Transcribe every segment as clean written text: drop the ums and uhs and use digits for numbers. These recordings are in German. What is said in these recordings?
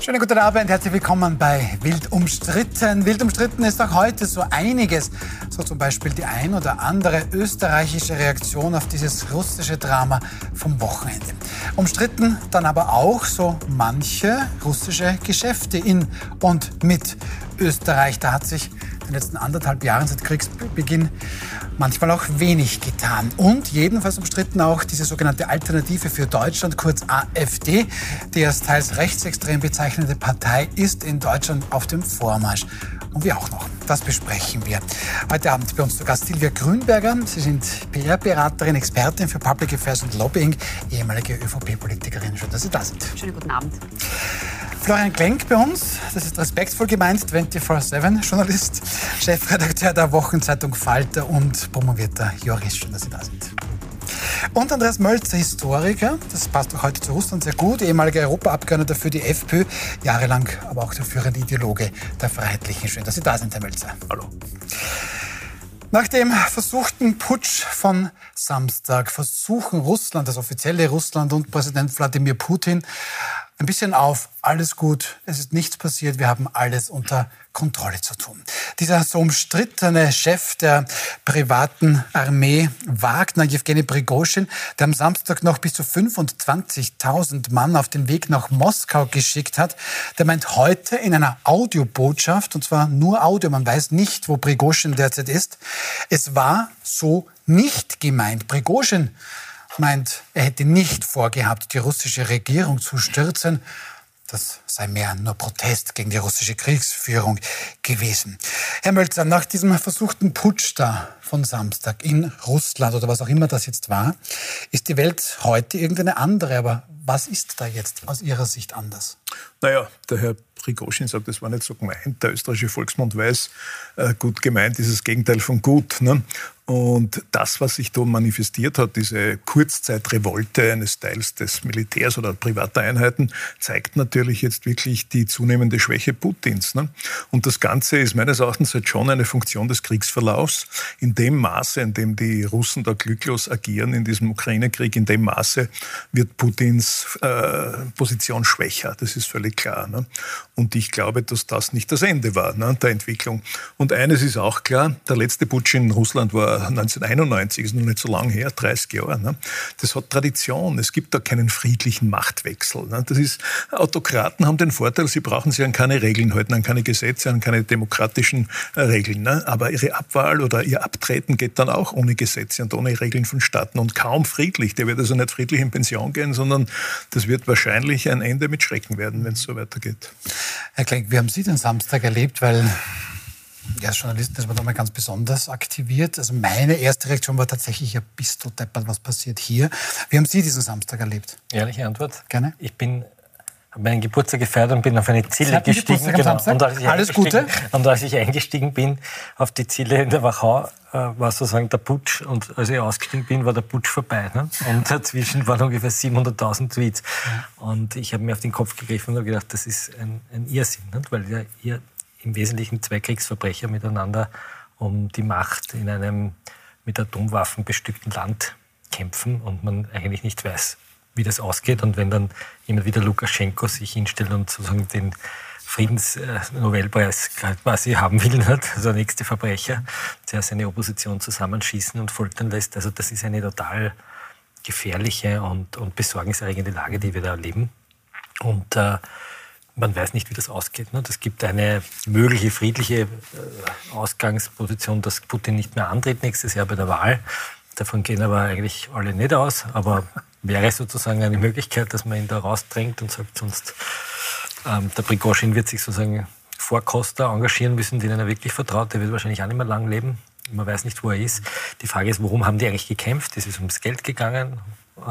Schönen guten Abend, herzlich willkommen bei Wild umstritten. Wild umstritten ist auch heute so einiges. So zum Beispiel die ein oder andere österreichische Reaktion auf dieses russische Drama vom Wochenende. Umstritten dann aber auch so manche russische Geschäfte in und mit Österreich. Da hat sich in den letzten 1,5 Jahren seit Kriegsbeginn manchmal auch wenig getan. Und jedenfalls umstritten auch diese sogenannte Alternative für Deutschland, kurz AfD, die als teils rechtsextrem bezeichnete Partei ist in Deutschland auf dem Vormarsch. Und wir auch noch. Das besprechen wir. Heute Abend bei uns zu Gast Silvia Grünberger. Sie sind PR-Beraterin, Expertin für Public Affairs und Lobbying, ehemalige ÖVP-Politikerin. Schön, dass Sie da sind. Schönen guten Abend. Florian Klenk bei uns, das ist respektvoll gemeint, 24/7-Journalist, Chefredakteur der Wochenzeitung Falter und promovierter Jurist. Schön, dass Sie da sind. Und Andreas Mölzer, Historiker, das passt auch heute zu Russland sehr gut, ehemaliger Europaabgeordneter für die FPÖ, jahrelang aber auch der führende Ideologe der Freiheitlichen. Schön, dass Sie da sind, Herr Mölzer. Hallo. Nach dem versuchten Putsch von Samstag versuchen Russland, das offizielle Russland und Präsident Wladimir Putin ein bisschen auf, alles gut, es ist nichts passiert, wir haben alles unter Kontrolle zu tun. Dieser so umstrittene Chef der privaten Armee Wagner, Jewgeni Prigoschin, der am Samstag noch bis zu 25.000 Mann auf den Weg nach Moskau geschickt hat, der meint heute in einer Audiobotschaft, und zwar nur Audio, man weiß nicht, wo Prigoschin derzeit ist, es war so nicht gemeint. Prigoschin meint, er hätte nicht vorgehabt, die russische Regierung zu stürzen. Das sei mehr nur Protest gegen die russische Kriegsführung gewesen. Herr Mölzer, nach diesem versuchten Putsch da von Samstag in Russland oder was auch immer das jetzt war, ist die Welt heute irgendeine andere. Aber was ist da jetzt aus Ihrer Sicht anders? Naja, der Herr Prigoschin sagt, das war nicht so gemeint. Der österreichische Volksmund weiß, gut gemeint ist das Gegenteil von gut. Ne? Und das, was sich da manifestiert hat, diese Kurzzeitrevolte eines Teils des Militärs oder privater Einheiten, zeigt natürlich jetzt wirklich die zunehmende Schwäche Putins. Ne? Und das Ganze ist meines Erachtens halt schon eine Funktion des Kriegsverlaufs. In dem Maße, in dem die Russen da glücklos agieren in diesem Ukraine-Krieg, in dem Maße wird Putins Position schwächer. Das ist völlig klar. Ne? Und ich glaube, dass das nicht das Ende war, ne, der Entwicklung. Und eines ist auch klar, der letzte Putsch in Russland war 1991, ist noch nicht so lange her, 30 Jahre. Ne? Das hat Tradition. Es gibt da keinen friedlichen Machtwechsel. Ne? Das ist, Autokraten haben den Vorteil, sie brauchen sich an keine Regeln halten, an keine Gesetze, an keine demokratischen Regeln. Ne? Aber ihre Abwahl oder ihr Abtreten geht dann auch ohne Gesetze und ohne Regeln vonstatten und kaum friedlich. Der wird also nicht friedlich in Pension gehen, sondern das wird wahrscheinlich ein Ende mit Schrecken werden, wenn es so weitergeht. Herr Klenk, wie haben Sie den Samstag erlebt? Weil ja, als Journalist ist man da mal ganz besonders aktiviert. Also meine erste Reaktion war tatsächlich, ja, bist du deppert, was passiert hier? Wie haben Sie diesen Samstag erlebt? Ehrliche Antwort? Gerne. Ich habe meinen Geburtstag gefeiert und bin auf eine Zille gestiegen. Genau. Alles Gute. Und als ich eingestiegen bin auf die Zille in der Wachau, war sozusagen der Putsch. Und als ich ausgestiegen bin, war der Putsch vorbei. Ne? Und dazwischen waren ungefähr 700.000 Tweets. Und ich habe mir auf den Kopf gegriffen und habe gedacht, das ist ein Irrsinn. Ne? Weil ja hier im Wesentlichen zwei Kriegsverbrecher miteinander um die Macht in einem mit Atomwaffen bestückten Land kämpfen und man eigentlich nicht weiß, wie das ausgeht. Und wenn dann jemand wie der Lukaschenko sich hinstellt und sozusagen den Friedensnobelpreis quasi haben will, nicht? Also der nächste Verbrecher, der seine Opposition zusammenschießen und foltern lässt. Also das ist eine total gefährliche und besorgniserregende Lage, die wir da erleben. Und man weiß nicht, wie das ausgeht. Es gibt eine mögliche friedliche Ausgangsposition, dass Putin nicht mehr antritt nächstes Jahr bei der Wahl. Davon gehen aber eigentlich alle nicht aus. Aber wäre sozusagen eine Möglichkeit, dass man ihn da rausdrängt und sagt, sonst der Prigoschin wird sich sozusagen vor Costa engagieren müssen, denen er wirklich vertraut. Der wird wahrscheinlich auch nicht mehr lang leben. Man weiß nicht, wo er ist. Die Frage ist, worum haben die eigentlich gekämpft? Es ist ums Geld gegangen.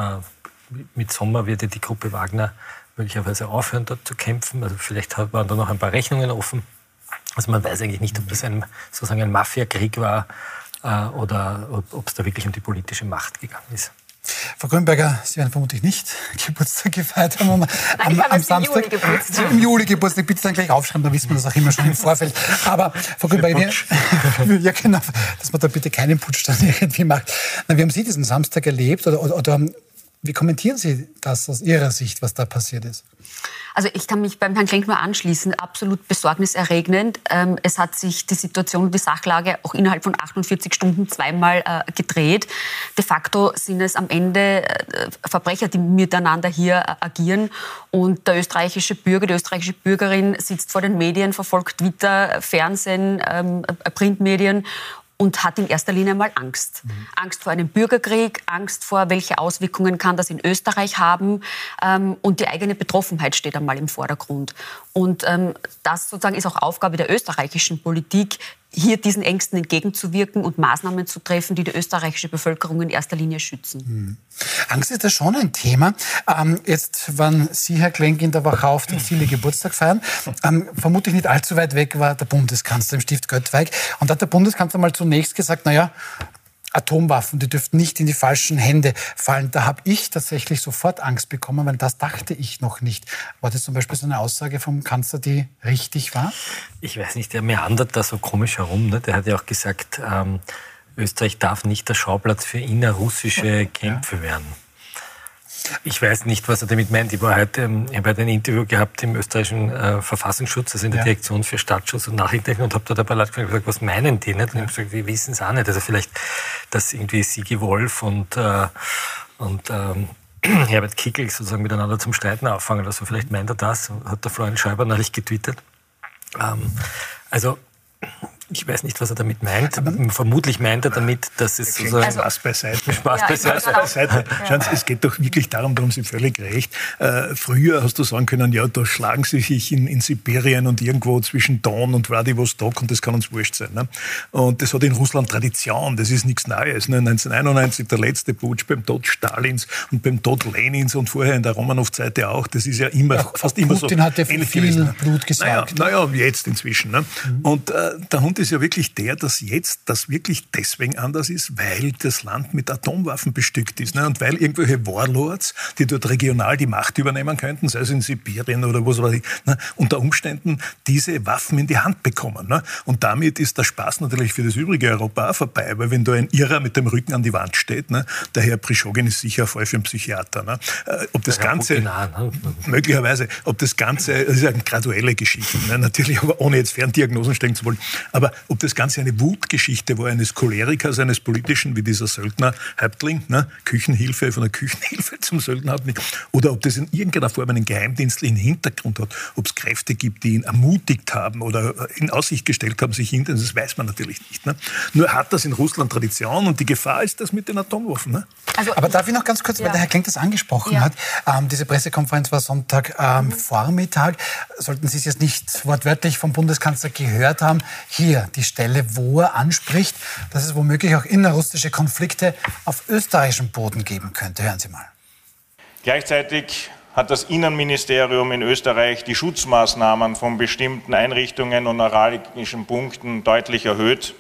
Mit Sommer wird ja die Gruppe Wagner möglicherweise aufhören, dort zu kämpfen. Also vielleicht waren da noch ein paar Rechnungen offen. Also man weiß eigentlich nicht, ob das sozusagen ein Mafiakrieg war oder ob es da wirklich um die politische Macht gegangen ist. Frau Grünberger, Sie werden vermutlich nicht Geburtstag gefeiert haben am Samstag. Im Juli Geburtstag. Bitte dann gleich aufschreiben, da wissen wir das auch immer schon im Vorfeld. Aber Frau Grünberger, ja genau, dass man da bitte keinen Putsch dann irgendwie macht. Na, wie haben Sie diesen Samstag erlebt oder Wie kommentieren Sie das aus Ihrer Sicht, was da passiert ist? Also ich kann mich beim Herrn Klenk nur anschließen, absolut besorgniserregend. Es hat sich die Situation und die Sachlage auch innerhalb von 48 Stunden zweimal gedreht. De facto sind es am Ende Verbrecher, die miteinander hier agieren. Und der österreichische Bürger, die österreichische Bürgerin sitzt vor den Medien, verfolgt Twitter, Fernsehen, Printmedien und hat in erster Linie mal Angst. Angst vor einem Bürgerkrieg, Angst vor, welche Auswirkungen kann das in Österreich haben. Und die eigene Betroffenheit steht einmal im Vordergrund. Und das sozusagen ist auch Aufgabe der österreichischen Politik, hier diesen Ängsten entgegenzuwirken und Maßnahmen zu treffen, die die österreichische Bevölkerung in erster Linie schützen. Angst ist ja schon ein Thema. Jetzt waren Sie, Herr Klenk, in der Wachau auf den Ziele Geburtstag feiern. Vermutlich nicht allzu weit weg war der Bundeskanzler im Stift Göttweig. Und da hat der Bundeskanzler mal zunächst gesagt, naja, Atomwaffen, die dürften nicht in die falschen Hände fallen. Da habe ich tatsächlich sofort Angst bekommen, weil das dachte ich noch nicht. War das zum Beispiel so eine Aussage vom Kanzler, die richtig war? Ich weiß nicht, der meandert da so komisch herum. Ne? Der hat ja auch gesagt, Österreich darf nicht der Schauplatz für innerrussische Kämpfe werden. Ich weiß nicht, was er damit meint. Ich habe heute ein Interview gehabt im österreichischen Verfassungsschutz, also in der Direktion für Staatsschutz und Nachrichten, und habe da bei Leuten gefragt, was meinen die? Nicht? Und ich habe gesagt, die wissen es auch nicht. Also vielleicht, dass irgendwie Sigi Wolf und Herbert Kickl sozusagen miteinander zum Streiten auffangen. Also vielleicht meint er das, hat der Florian Schäuber neulich getwittert. Also ich weiß nicht, was er damit meint. Vermutlich meint er damit, dass es sozusagen... Spaß beiseite. Spaß beiseite. Schauen Sie, es geht doch wirklich darum, da haben Sie völlig recht. Früher hast du sagen können, ja, da schlagen sie sich in Sibirien und irgendwo zwischen Don und Vladivostok und das kann uns wurscht sein. Ne? Und das hat in Russland Tradition, das ist nichts Neues. Ne? 1991 der letzte Putsch beim Tod Stalins und beim Tod Lenins und vorher in der Romanov-Zeit auch. Das ist ja immer, fast immer so. Putin hat ja viel Blut gesagt. Naja, jetzt inzwischen. Ne? Und der Hund ist ja wirklich dass jetzt das wirklich deswegen anders ist, weil das Land mit Atomwaffen bestückt ist. Ne? Und weil irgendwelche Warlords, die dort regional die Macht übernehmen könnten, sei es in Sibirien oder was weiß ich, ne? Unter Umständen diese Waffen in die Hand bekommen. Ne? Und damit ist der Spaß natürlich für das übrige Europa auch vorbei, weil wenn da ein Irrer mit dem Rücken an die Wand steht, ne? Der Herr Prischogin ist sicher ein Fall für einen Psychiater. Ne? Ob das Ganze, möglicherweise, ob das Ganze, das ist ja eine graduelle Geschichte, ne? Natürlich, aber ohne jetzt Ferndiagnosen stellen zu wollen, aber ob das Ganze eine Wutgeschichte war eines Cholerikers, eines Politischen, wie dieser Söldner-Häuptling, ne? Küchenhilfe, von der Küchenhilfe zum Söldnerhäuptling, oder ob das in irgendeiner Form einen geheimdienstlichen Hintergrund hat, ob es Kräfte gibt, die ihn ermutigt haben oder in Aussicht gestellt haben, sich hinter, das weiß man natürlich nicht. Ne? Nur hat das in Russland Tradition und die Gefahr ist das mit den Atomwaffen. Ne? Also, aber darf ich noch ganz kurz, weil der Herr Klenk das angesprochen hat, diese Pressekonferenz war Sonntag Vormittag, sollten Sie es jetzt nicht wortwörtlich vom Bundeskanzler gehört haben, hier die Stelle, wo er anspricht, dass es womöglich auch innerrussische Konflikte auf österreichischem Boden geben könnte. Hören Sie mal. Gleichzeitig hat das Innenministerium in Österreich die Schutzmaßnahmen von bestimmten Einrichtungen und neuralgischen Punkten deutlich erhöht.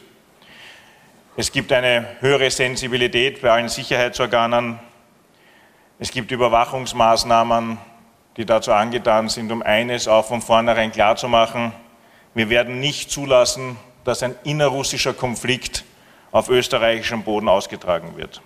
Es gibt eine höhere Sensibilität bei allen Sicherheitsorganen. Es gibt Überwachungsmaßnahmen, die dazu angetan sind, um eines auch von vornherein klarzumachen: Wir werden nicht zulassen, dass ein innerrussischer Konflikt auf österreichischem Boden ausgetragen wird.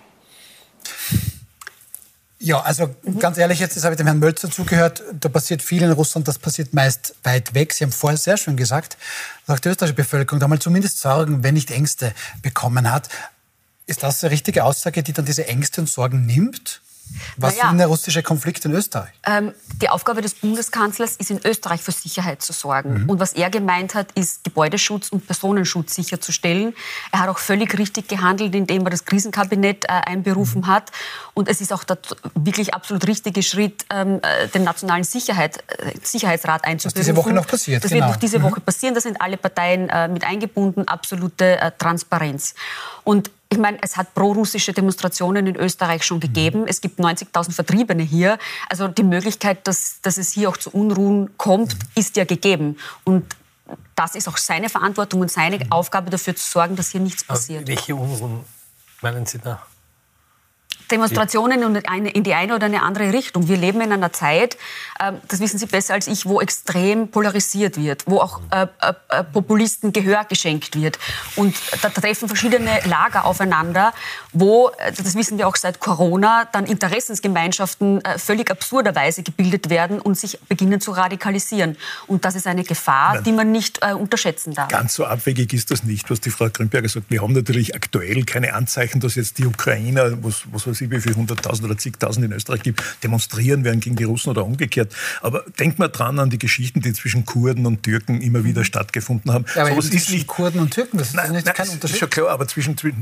Ja, also ganz ehrlich, jetzt habe ich dem Herrn Mölzer zugehört, da passiert viel in Russland, das passiert meist weit weg. Sie haben vorher sehr schön gesagt, dass auch die österreichische Bevölkerung da mal zumindest Sorgen, wenn nicht Ängste, bekommen hat. Ist das eine richtige Aussage, die dann diese Ängste und Sorgen nimmt? Was ist der russische Konflikt in Österreich? Die Aufgabe des Bundeskanzlers ist, in Österreich für Sicherheit zu sorgen. Und was er gemeint hat, ist, Gebäudeschutz und Personenschutz sicherzustellen. Er hat auch völlig richtig gehandelt, indem er das Krisenkabinett einberufen hat. Und es ist auch der wirklich absolut richtige Schritt, den Nationalen Sicherheitsrat einzuberufen. Was diese Woche noch passiert. Das wird noch diese Woche passieren. Da sind alle Parteien mit eingebunden. Absolute Transparenz. Und ich meine, es hat prorussische Demonstrationen in Österreich schon gegeben. Es gibt 90.000 Vertriebene hier. Also die Möglichkeit, dass es hier auch zu Unruhen kommt, ist ja gegeben. Und das ist auch seine Verantwortung und seine Aufgabe, dafür zu sorgen, dass hier nichts passiert. Welche Unruhen meinen Sie da? Demonstrationen in die eine oder eine andere Richtung. Wir leben in einer Zeit, das wissen Sie besser als ich, wo extrem polarisiert wird, wo auch Populisten Gehör geschenkt wird. Und da treffen verschiedene Lager aufeinander, wo, das wissen wir auch seit Corona, dann Interessensgemeinschaften völlig absurderweise gebildet werden und sich beginnen zu radikalisieren. Und das ist eine Gefahr, die man nicht unterschätzen darf. Ganz so abwegig ist das nicht, was die Frau Grimberger sagt. Wir haben natürlich aktuell keine Anzeichen, dass jetzt die Ukrainer, was weiß ich, wie viele 100.000 oder zigtausend in Österreich gibt, demonstrieren werden gegen die Russen oder umgekehrt. Aber denkt mal dran an die Geschichten, die zwischen Kurden und Türken immer wieder stattgefunden haben. Ja, aber so ist nicht Kurden und Türken, das ist kein Unterschied. Das ist schon klar, aber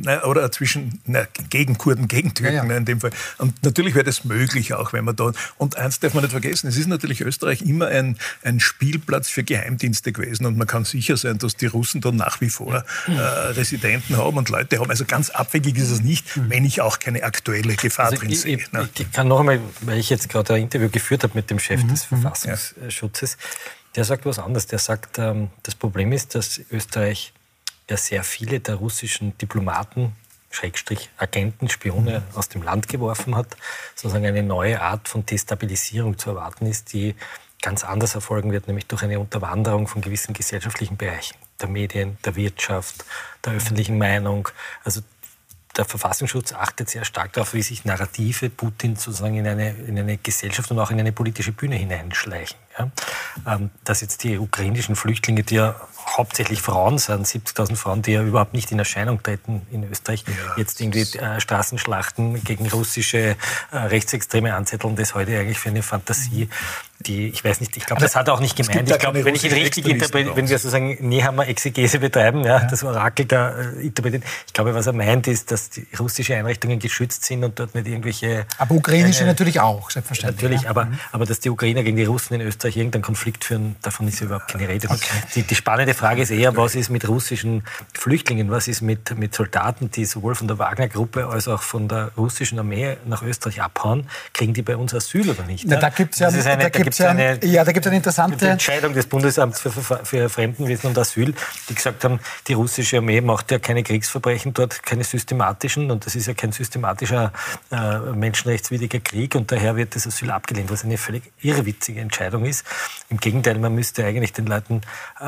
gegen Kurden, gegen Türken in dem Fall. Und natürlich wäre das möglich auch, wenn man da... Und eins darf man nicht vergessen, es ist natürlich Österreich immer ein Spielplatz für Geheimdienste gewesen und man kann sicher sein, dass die Russen da nach wie vor Residenten haben und Leute haben. Also ganz abwegig ist es nicht, wenn ich auch keine aktuelle Gefahr drin sehe. Ich kann noch einmal, weil ich jetzt gerade ein Interview geführt habe mit dem Chef des Verfassungsschutzes, der sagt was anderes. Der sagt, das Problem ist, dass Österreich ja sehr viele der russischen Diplomaten, Agenten, Spione aus dem Land geworfen hat. Sozusagen eine neue Art von Destabilisierung zu erwarten ist, die ganz anders erfolgen wird, nämlich durch eine Unterwanderung von gewissen gesellschaftlichen Bereichen, der Medien, der Wirtschaft, der öffentlichen Meinung. Also der Verfassungsschutz achtet sehr stark darauf, wie sich Narrative Putin sozusagen in eine Gesellschaft und auch in eine politische Bühne hineinschleichen. Ja? Dass jetzt die ukrainischen Flüchtlinge, die ja hauptsächlich Frauen sind, 70.000 Frauen, die ja überhaupt nicht in Erscheinung treten in Österreich, jetzt irgendwie Straßenschlachten gegen russische Rechtsextreme anzetteln, das heute eigentlich für eine Fantasie, die, ich weiß nicht, ich glaube, das hat er auch nicht gemeint. Ich glaube, wenn ich ihn richtig interpretiere, wenn wir sozusagen Nehammer Exegese betreiben, das Orakel da interpretieren, ich glaube, was er meint, ist, dass die russische Einrichtungen geschützt sind und dort nicht irgendwelche... Aber ukrainische natürlich auch, selbstverständlich. Natürlich, aber dass die Ukrainer gegen die Russen in Österreich irgendeinen Konflikt führen, davon ist ja überhaupt keine Rede. Okay. Die spannende Frage ist eher, was ist mit russischen Flüchtlingen, was ist mit Soldaten, die sowohl von der Wagner-Gruppe als auch von der russischen Armee nach Österreich abhauen, kriegen die bei uns Asyl oder nicht? Na, da gibt es eine interessante Entscheidung des Bundesamts für Fremdenwesen und Asyl, die gesagt haben, die russische Armee macht ja keine Kriegsverbrechen dort, keine systematischen, und das ist ja kein systematischer menschenrechtswidriger Krieg, und daher wird das Asyl abgelehnt, was eine völlig irrwitzige Entscheidung ist. Im Gegenteil, man müsste eigentlich den Leuten,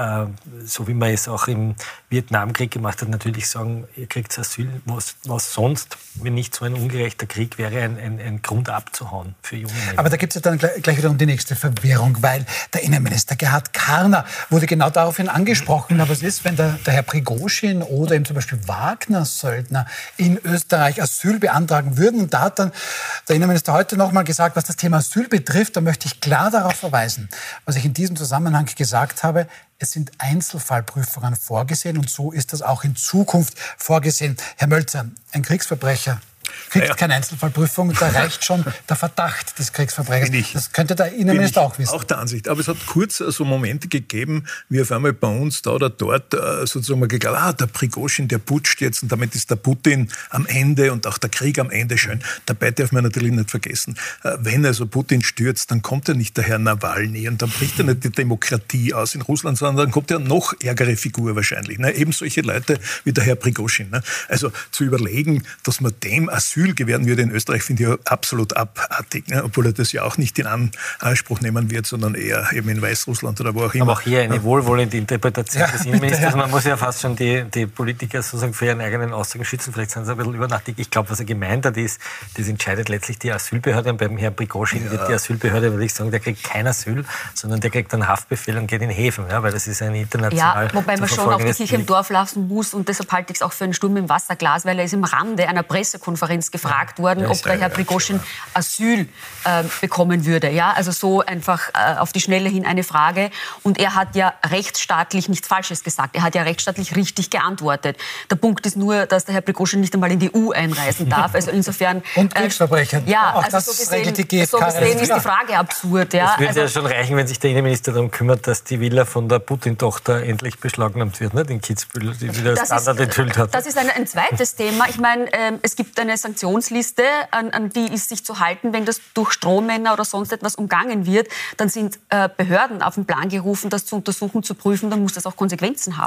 so wie man es auch im Vietnamkrieg gemacht hat, natürlich sagen, ihr kriegt Asyl, was sonst, wenn nicht so ein ungerechter Krieg wäre, ein Grund abzuhauen für junge Menschen. Aber da gibt es ja dann gleich wieder um die nächste Verwirrung, weil der Innenminister Gerhard Karner wurde genau daraufhin angesprochen, aber was ist, wenn der Herr Prigoschin oder eben zum Beispiel Wagner-Söldner in Österreich Asyl beantragen würden? Und da hat dann der Innenminister heute noch mal gesagt, was das Thema Asyl betrifft, da möchte ich klar darauf verweisen, was ich in diesem Zusammenhang gesagt habe. Es sind Einzelfallprüfungen vorgesehen und so ist das auch in Zukunft vorgesehen. Herr Mölzer, ein Kriegsverbrecher kriegt keine Einzelfallprüfung, da reicht schon der Verdacht des Kriegsverbrechers. Das könnte der Innenminister auch wissen. Auch der Ansicht. Aber es hat kurz so Momente gegeben, wie auf einmal bei uns da oder dort sozusagen mal geglaubt, der Prigoschin, der putscht jetzt und damit ist der Putin am Ende und auch der Krieg am Ende schön. Dabei darf man natürlich nicht vergessen, wenn also Putin stürzt, dann kommt ja nicht der Herr Nawalny und dann bricht ja nicht die Demokratie aus in Russland, sondern dann kommt ja noch ärgere Figur wahrscheinlich. Ne? Eben solche Leute wie der Herr Prigoschin. Ne? Also zu überlegen, dass man dem Asyl gewähren würde in Österreich, finde ich ja absolut abartig. Ne? Obwohl er das ja auch nicht in Anspruch nehmen wird, sondern eher eben in Weißrussland oder wo auch immer. Aber auch hier eine wohlwollende Interpretation des Innenministers. Man muss ja fast schon die Politiker sozusagen für ihren eigenen Aussagen schützen. Vielleicht sind sie ein bisschen übernachtig. Ich glaube, was er gemeint hat, ist, das entscheidet letztlich die Asylbehörde. Und beim Herrn Prigoschin wird die Asylbehörde, würde ich sagen, der kriegt kein Asyl, sondern der kriegt einen Haftbefehl und geht in Häfen. Ja, weil das ist ein international. Ja, wobei man schon auf die Kirche im Dorf lassen muss. Und deshalb halte ich es auch für einen Sturm im Wasserglas, weil er ist im Rande einer Pressekonferenz gefragt worden, ob der Herr Prigoschin Asyl bekommen würde. Ja, also so einfach auf die Schnelle hin eine Frage. Und er hat ja rechtsstaatlich nichts Falsches gesagt. Er hat ja rechtsstaatlich richtig geantwortet. Der Punkt ist nur, dass der Herr Prigoschin nicht einmal in die EU einreisen darf. Also insofern... Und Kriegsverbrecher. Ja, auch also das so gesehen, regelt die GfK. so gesehen ist die Frage absurd. Ja. Es würde ja schon reichen, wenn sich der Innenminister darum kümmert, dass die Villa von der Putin-Tochter endlich beschlagnahmt wird, ne? Den Kitzbühel, die wieder das Standard enthüllt hat. Das ist ein zweites Thema. Ich meine, es gibt eine Sanktionsliste, an die ist sich zu halten. Wenn das durch Strohmänner oder sonst etwas umgangen wird, dann sind Behörden auf den Plan gerufen, das zu untersuchen, zu prüfen, dann muss das auch Konsequenzen haben.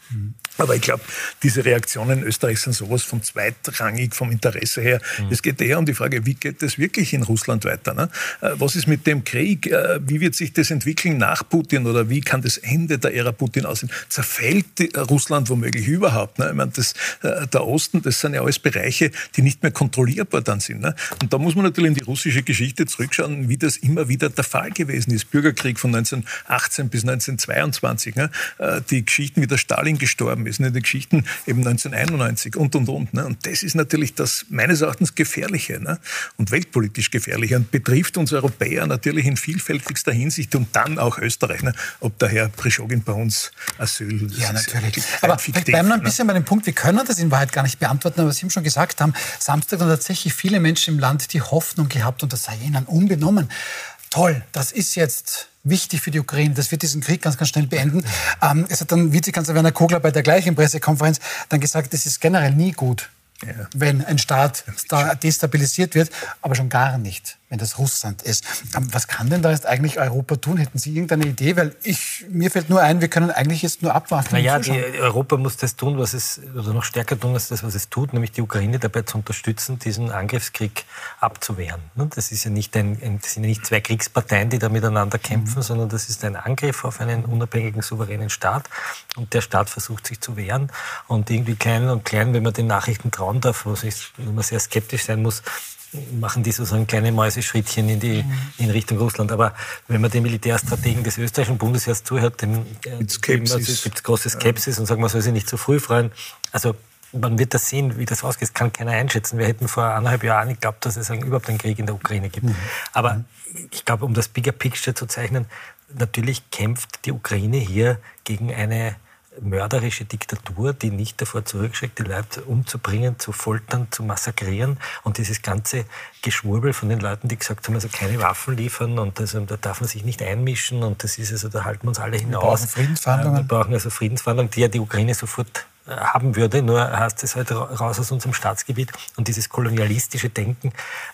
Aber ich glaube, diese Reaktionen in Österreich sind sowas von zweitrangig vom Interesse her. Es geht eher um die Frage, wie geht es wirklich in Russland weiter? Ne? Was ist mit dem Krieg? Wie wird sich das entwickeln nach Putin? Oder wie kann das Ende der Ära Putin aussehen? Zerfällt Russland womöglich überhaupt? Ne? Ich meine, der Osten, das sind ja alles Bereiche, die nicht mehr kontrollierbar dann sind. Ne? Und da muss man natürlich in die russische Geschichte zurückschauen, wie das immer wieder der Fall gewesen ist. Bürgerkrieg von 1918 bis 1922. Ne? Die Geschichten, wie der Stalin gestorben ist, ne? Die Geschichten eben 1991 und. Ne? Und das ist natürlich das meines Erachtens Gefährliche, ne? Und weltpolitisch Gefährliche und betrifft uns Europäer natürlich in vielfältigster Hinsicht und dann auch Österreich. Ne? Ob der Herr Prischogin bei uns Asyl... Ja, natürlich. Aber vielleicht bleiben wir ein bisschen bei dem Punkt, wir können das in Wahrheit gar nicht beantworten, aber was Sie eben schon gesagt haben, Samstag haben tatsächlich viele Menschen im Land die Hoffnung gehabt und das sei ihnen unbenommen. Toll, das ist jetzt wichtig für die Ukraine, das wird diesen Krieg ganz, ganz schnell beenden. Es hat dann Vizekanzler Werner Kogler bei der gleichen Pressekonferenz dann gesagt, es ist generell nie gut, wenn ein Staat destabilisiert wird, aber schon gar nicht, wenn das Russland ist. Was kann denn da jetzt eigentlich Europa tun? Hätten Sie irgendeine Idee? Weil mir fällt nur ein, wir können eigentlich jetzt nur abwarten. Naja, Europa muss das tun, oder noch stärker tun als das, was es tut, nämlich die Ukraine dabei zu unterstützen, diesen Angriffskrieg abzuwehren. Das ist ja nicht das sind ja nicht zwei Kriegsparteien, die da miteinander kämpfen, sondern das ist ein Angriff auf einen unabhängigen, souveränen Staat. Und der Staat versucht sich zu wehren. Und irgendwie klein, wenn man den Nachrichten trauen darf, wo man sehr skeptisch sein muss, machen die sozusagen kleine Mäuseschrittchen in Richtung Russland. Aber wenn man den Militärstrategen des österreichischen Bundesheers zuhört, dann gibt es große Skepsis und sagen, man soll sich nicht zu früh freuen. Also man wird das sehen, wie das ausgeht. Das kann keiner einschätzen. Wir hätten vor 1,5 Jahren nicht geglaubt, dass es überhaupt einen Krieg in der Ukraine gibt. Aber ich glaube, um das Bigger Picture zu zeichnen, natürlich kämpft die Ukraine hier gegen eine mörderische Diktatur, die nicht davor zurückschreckt, die Leute umzubringen, zu foltern, zu massakrieren. Und dieses ganze Geschwurbel von den Leuten, die gesagt haben, also keine Waffen liefern und also, da darf man sich nicht einmischen und das ist also, da halten wir uns alle hinaus. Wir brauchen also Friedensverhandlungen, die ja die Ukraine sofort haben würde, nur heißt es halt raus aus unserem Staatsgebiet. Und dieses kolonialistische Denken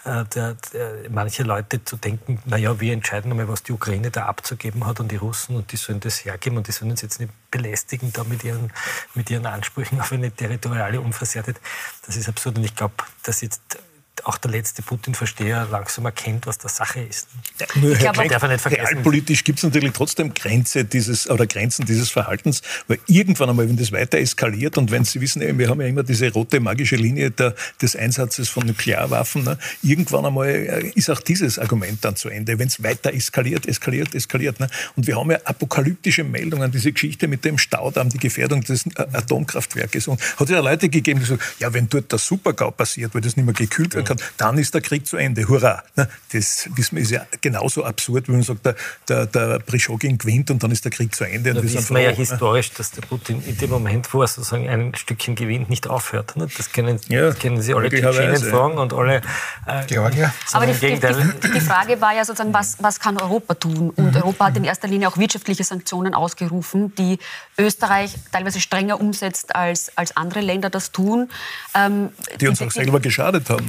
mancher Leute zu denken, naja, wir entscheiden einmal, was die Ukraine da abzugeben hat und die Russen und die sollen das hergeben und die sollen uns jetzt nicht belästigen da mit ihren Ansprüchen auf eine territoriale Unversehrtheit. Das ist absurd und ich glaube, dass jetzt auch der letzte Putin-Versteher langsam erkennt, was der Sache ist. Nur realpolitisch gibt es natürlich trotzdem Grenzen dieses Verhaltens, weil irgendwann einmal, wenn das weiter eskaliert und wenn Sie wissen, wir haben ja immer diese rote magische Linie des Einsatzes von Nuklearwaffen, ne? Irgendwann einmal ist auch dieses Argument dann zu Ende, wenn es weiter eskaliert. Ne? Und wir haben ja apokalyptische Meldungen, diese Geschichte mit dem Staudamm, die Gefährdung des Atomkraftwerkes. Und hat ja Leute gegeben, die sagen, ja, wenn dort der Super-GAU passiert, weil das nicht mehr gekühlt wird, dann ist der Krieg zu Ende. Hurra! Das wissen wir, ist ja genauso absurd, wie man sagt, der Prischogin gewinnt und dann ist der Krieg zu Ende. Da wissen wir ja historisch, dass der Putin in dem Moment, wo er sozusagen ein Stückchen gewinnt, nicht aufhört. Das kennen Sie alle Tschetschenen fragen und alle Georgier. Aber die Frage war ja sozusagen, was kann Europa tun? Und Europa hat in erster Linie auch wirtschaftliche Sanktionen ausgerufen, die Österreich teilweise strenger umsetzt, als andere Länder das tun. Die uns auch selber geschadet haben.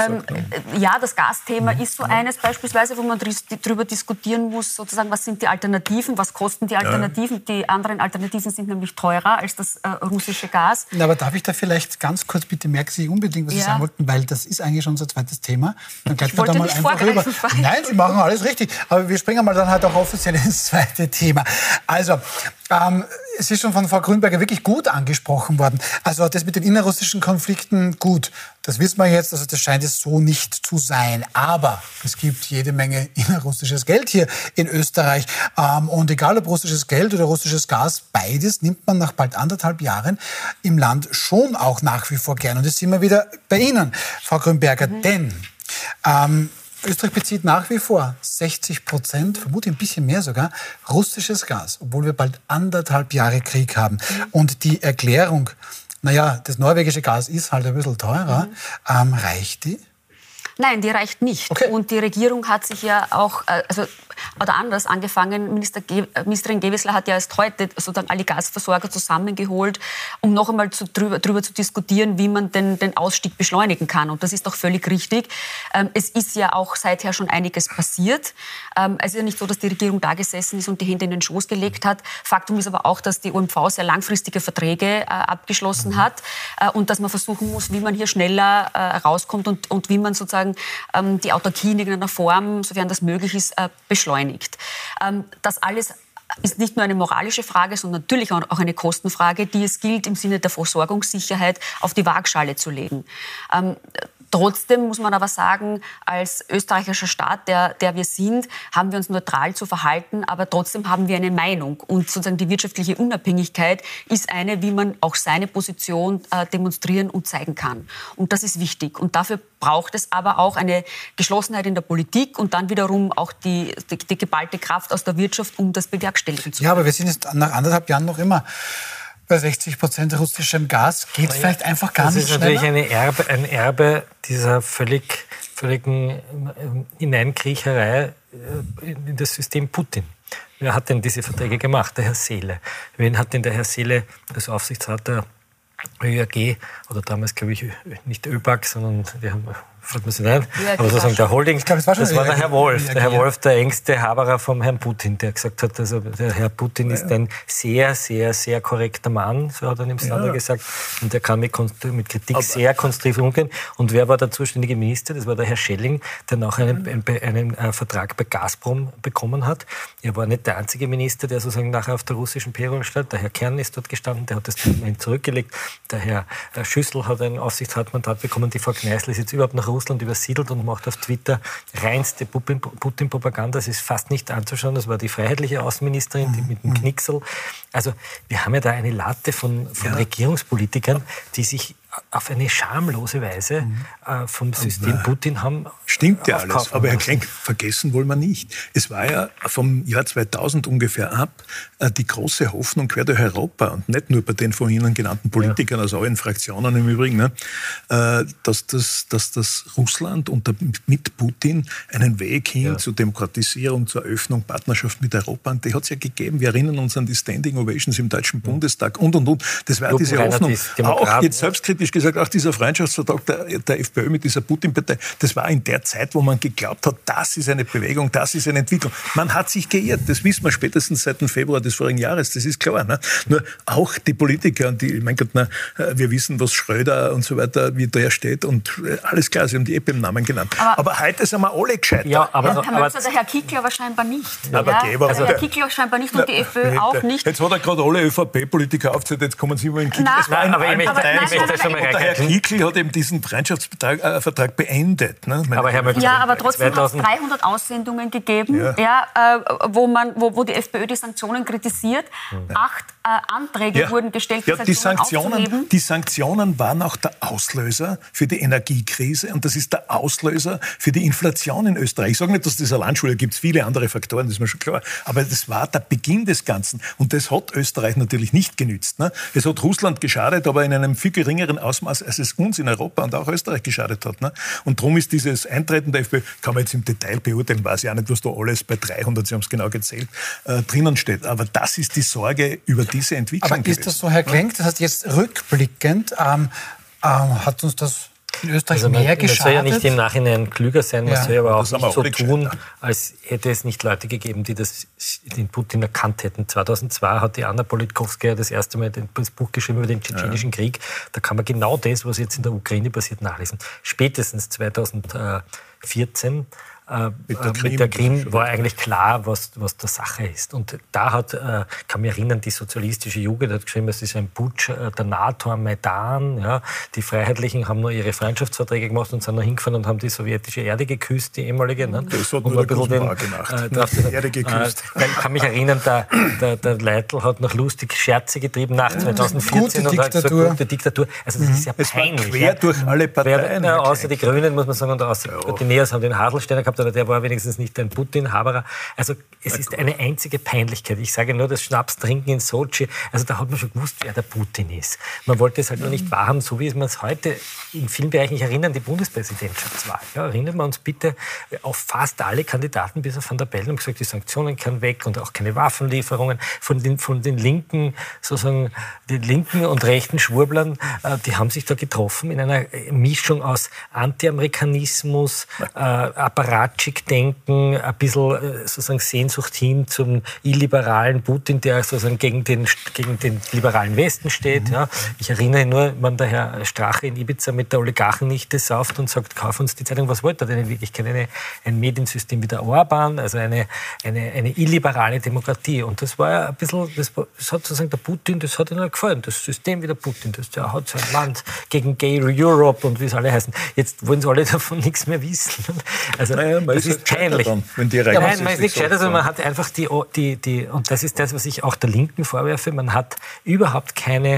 Ja, das Gasthema ist so eines beispielsweise, wo man darüber diskutieren muss, sozusagen, was sind die Alternativen, was kosten die Alternativen. Ja. Die anderen Alternativen sind nämlich teurer als das russische Gas. Na, aber darf ich da vielleicht ganz kurz, bitte merken Sie unbedingt, was Sie sagen wollten, weil das ist eigentlich schon unser zweites Thema. Dann gleich wir da mal einfach rüber. Nein, Sie machen alles richtig. Aber wir springen mal dann halt auch offiziell ins zweite Thema. Also, es ist schon von Frau Grünberger wirklich gut angesprochen worden. Also das mit den innerrussischen Konflikten, gut, das wissen wir jetzt, also das scheint es so nicht zu sein. Aber es gibt jede Menge innerrussisches Geld hier in Österreich. Und egal ob russisches Geld oder russisches Gas, beides nimmt man nach bald 1,5 Jahren im Land schon auch nach wie vor gern. Und jetzt sind wir wieder bei Ihnen, Frau Grünberger, denn Österreich bezieht nach wie vor 60%, vermutlich ein bisschen mehr sogar, russisches Gas, obwohl wir bald 1,5 Jahre Krieg haben. Und die Erklärung, naja, das norwegische Gas ist halt ein bisschen teurer, reicht die? Nein, die reicht nicht. Okay. Und die Regierung hat sich ja auch, oder anders angefangen, Ministerin Gewessler hat ja erst heute sozusagen alle Gasversorger zusammengeholt, um noch einmal drüber zu diskutieren, wie man den Ausstieg beschleunigen kann. Und das ist doch völlig richtig. Es ist ja auch seither schon einiges passiert. Es ist ja nicht so, dass die Regierung da gesessen ist und die Hände in den Schoß gelegt hat. Faktum ist aber auch, dass die OMV sehr langfristige Verträge abgeschlossen hat und dass man versuchen muss, wie man hier schneller rauskommt und wie man sozusagen die Autarkie in irgendeiner Form, sofern das möglich ist, beschleunigt. Das alles ist nicht nur eine moralische Frage, sondern natürlich auch eine Kostenfrage, die es gilt, im Sinne der Versorgungssicherheit auf die Waagschale zu legen. Trotzdem muss man aber sagen, als österreichischer Staat, der wir sind, haben wir uns neutral zu verhalten, aber trotzdem haben wir eine Meinung. Und sozusagen die wirtschaftliche Unabhängigkeit ist eine, wie man auch seine Position demonstrieren und zeigen kann. Und das ist wichtig. Und dafür braucht es aber auch eine Geschlossenheit in der Politik und dann wiederum auch die geballte Kraft aus der Wirtschaft, um das bewerkstelligen zu können. Ja, aber wir sind jetzt nach 1,5 Jahren noch immer bei 60% russischem Gas. Geht es vielleicht einfach gar nicht schneller? Das ist natürlich ein Erbe dieser völligen Hineinkriecherei in das System Putin. Wer hat denn diese Verträge gemacht? Der Herr Seele. Wen hat denn der Herr Seele als Aufsichtsrat der ÖAG oder damals, glaube ich, nicht ÖBAG, sondern die haben, fällt mir nicht ein, aber sozusagen der Holding, das war der Herr Wolf. Der Herr Wolf, der engste Haberer vom Herrn Putin, der gesagt hat, also der Herr Putin ist ein sehr, sehr, sehr korrekter Mann, so hat er im Standard gesagt, und der kann mit Kritik sehr konstruktiv umgehen. Und wer war der zuständige Minister? Das war der Herr Schelling, der noch einen Vertrag bei Gazprom bekommen hat. Er war nicht der einzige Minister, der sozusagen nachher auf der russischen Payroll stand. Der Herr Kern ist dort gestanden, der hat das Dokument zurückgelegt. Der Herr Schüssel hat ein Aufsichtsratmandat bekommen. Die Frau Kneißl ist jetzt überhaupt nach Russland übersiedelt und macht auf Twitter reinste Putin-Propaganda. Das ist fast nicht anzuschauen. Das war die freiheitliche Außenministerin, die mit dem Knicksel. Also wir haben ja da eine Latte von Regierungspolitikern, die sich auf eine schamlose Weise vom System Putin haben. Stimmt ja alles, aber Herr Klenk, vergessen wollen wir nicht. Es war ja vom Jahr 2000 ungefähr ab die große Hoffnung quer durch Europa und nicht nur bei den von Ihnen genannten Politikern, also allen Fraktionen im Übrigen, ne, dass das Russland mit Putin einen Weg hin zur Demokratisierung, zur Öffnung, Partnerschaft mit Europa, und die hat es ja gegeben. Wir erinnern uns an die Standing Ovations im Deutschen Bundestag und. Das war diese Hoffnung. Auch jetzt selbstkritisch gesagt, auch dieser Freundschaftsvertrag der FPÖ mit dieser Putin-Partei, das war in der Zeit, wo man geglaubt hat, das ist eine Bewegung, das ist eine Entwicklung. Man hat sich geirrt, das wissen wir spätestens seit dem Februar des vorigen Jahres, das ist klar. Ne? Nur auch die Politiker, und mein Gott, wir wissen, was Schröder und so weiter, wie der steht, und alles klar, Sie haben die beim Namen genannt. Aber heute sind wir alle gescheitert. Ja, aber der Herr Kickl aber scheinbar nicht. Herr Kickl scheinbar nicht und die FPÖ auch nicht. Jetzt hat er gerade alle ÖVP-Politiker aufgezählt, jetzt kommen Sie mal in Kickl. Der Herr Kickl hat eben diesen Freundschaftsvertrag beendet. Ne? Aber trotzdem hat es 300 Aussendungen gegeben, wo die FPÖ die Sanktionen kritisiert. 8 Anträge wurden gestellt, die Sanktionen waren auch der Auslöser für die Energiekrise, und das ist der Auslöser für die Inflation in Österreich. Ich sage nicht, dass das allein schuld ist, gibt es viele andere Faktoren, das ist mir schon klar. Aber das war der Beginn des Ganzen, und das hat Österreich natürlich nicht genützt. Ne? Es hat Russland geschadet, aber in einem viel geringeren Ausmaß, als es uns in Europa und auch Österreich geschadet hat. Ne? Und darum ist dieses Eintreten der FPÖ, kann man jetzt im Detail beurteilen, weiß ich auch nicht, was da alles bei 300, Sie haben es genau gezählt, drinnen steht. Aber das ist die Sorge über diese Entwicklung. Aber ist das so, Herr Klenk, das heißt jetzt rückblickend, hat uns das in Österreich mehr geschadet? Man soll ja nicht im Nachhinein klüger sein, man soll aber auch nicht so tun, als hätte es nicht Leute gegeben, die den Putin erkannt hätten. 2002 hat die Anna Politkovskaya das erste Mal das Buch geschrieben über den tschetschenischen Krieg. Da kann man genau das, was jetzt in der Ukraine passiert, nachlesen. Spätestens 2014 mit der Krim war eigentlich klar, was der Sache ist. Und da kann mich erinnern, die sozialistische Jugend hat geschrieben, es ist ein Putsch der NATO am Maidan. Ja. Die Freiheitlichen haben nur ihre Freundschaftsverträge gemacht und sind noch hingefahren und haben die sowjetische Erde geküsst, die ehemalige. Ne? Das hat nur der Kusma gemacht. Die Erde geküsst. Ich kann mich erinnern, der Leitl hat noch lustig Scherze getrieben nach 2014 und hat gesagt, gute Diktatur. Also das ist ja peinlich. Es war quer durch alle Parteien. Außer die Grünen, muss man sagen, und außer die Neos haben den Haselsteiner gehabt. gehabt oder der war wenigstens nicht ein Putin-Haberer. Also es ist eine einzige Peinlichkeit. Ich sage nur, das Schnapstrinken in Sochi, also da hat man schon gewusst, wer der Putin ist. Man wollte es halt nur nicht wahrhaben, so wie man es heute in vielen Bereichen, ich erinnere an die Bundespräsidentschaftswahl. Ja, erinnern wir uns bitte auf fast alle Kandidaten bis auf Van der Bellen und gesagt, die Sanktionen können weg und auch keine Waffenlieferungen von den linken, sozusagen, den linken und rechten Schwurblern, die haben sich da getroffen in einer Mischung aus Anti-Amerikanismus, Apparatschik-Denken, ein bisschen sozusagen Sehnsucht hin zum illiberalen Putin, der sozusagen gegen den liberalen Westen steht. Ja. Ich erinnere nur, wenn der Herr Strache in Ibiza mit der Oligarchennichte sauft und sagt, kauf uns die Zeitung, was wollt ihr denn in Wirklichkeit? Ein Mediensystem wie der Orban, also eine illiberale Demokratie. Und das war ja ein bisschen, das hat sozusagen der Putin, das hat ihm gefallen, das System wie der Putin, der hat sein Land gegen Gay Europe und wie es alle heißen. Jetzt wollen sie alle davon nichts mehr wissen. Also das ist peinlich. Dann, wenn die Nein, man ist nicht gescheitert, sondern man hat einfach und das ist das, was ich auch der Linken vorwerfe, man hat überhaupt kein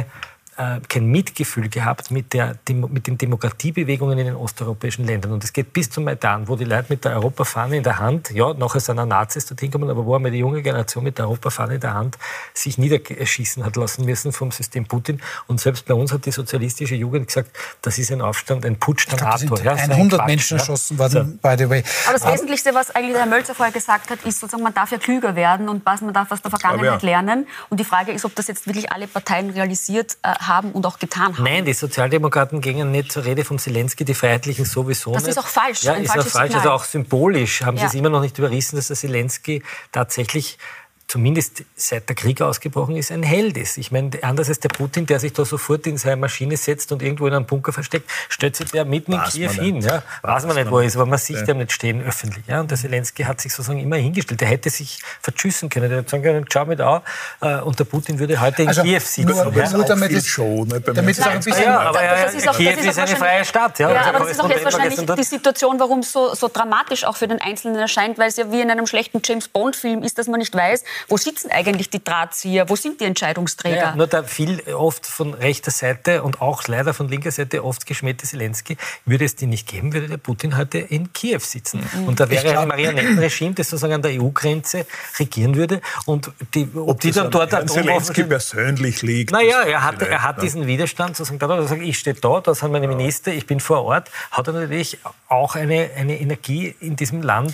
Mitgefühl gehabt mit den Demokratiebewegungen in den osteuropäischen Ländern. Und es geht bis zum Maidan, wo die Leute mit der Europafahne in der Hand, ja, nachher sind auch Nazis dorthin gekommen, aber wo einmal die junge Generation mit der Europafahne in der Hand sich niederschießen hat lassen müssen vom System Putin. Und selbst bei uns hat die sozialistische Jugend gesagt, das ist ein Aufstand, ein Putsch der NATO. Ja, 100 Menschen erschossen worden, by the way. Aber das Wesentlichste, was eigentlich der Herr Mölzer vorher gesagt hat, ist sozusagen, man darf ja klüger werden und man darf aus der Vergangenheit lernen. Und die Frage ist, ob das jetzt wirklich alle Parteien realisiert haben und auch getan haben. Nein, die Sozialdemokraten gingen nicht zur Rede von Zelensky, die Freiheitlichen sowieso nicht. Das ist auch falsch. Ja, ist auch falsch. Also auch symbolisch haben sie es immer noch nicht überrissen, dass der Zelensky tatsächlich zumindest seit der Krieg ausgebrochen ist, ein Held ist. Ich meine, anders als der Putin, der sich da sofort in seine Maschine setzt und irgendwo in einem Bunker versteckt, stellt sich der mitten in Kiew hin. Ja. Weiß man nicht, wo er ist, aber man sieht ihm nicht stehen öffentlich. Ja. Und der Zelensky hat sich sozusagen immer hingestellt. Der hätte sich verschüssen können. Der hätte sagen können, schau mit an. Und der Putin würde heute in Kiew sitzen. Nur damit es auch ein bisschen... aber Kiew ist eine freie Stadt. Ja, aber das ist auch jetzt wahrscheinlich die Situation, warum es so dramatisch auch für den Einzelnen erscheint, weil es ja wie in einem schlechten James-Bond-Film ist, dass man nicht weiß, wo sitzen eigentlich die Drahtzieher, wo sind die Entscheidungsträger? Ja, nur der viel oft von rechter Seite und auch leider von linker Seite oft geschmähte Zelensky, würde es die nicht geben, würde der Putin heute in Kiew sitzen. Und da wäre ein Marionettenregime, das sozusagen an der EU-Grenze regieren würde. Und ob die dann dort... Zelensky persönlich liegt. Naja, er hat diesen Widerstand, sozusagen, da sagt, ich stehe da sind meine Minister, ich bin vor Ort, hat er natürlich auch eine Energie in diesem Land.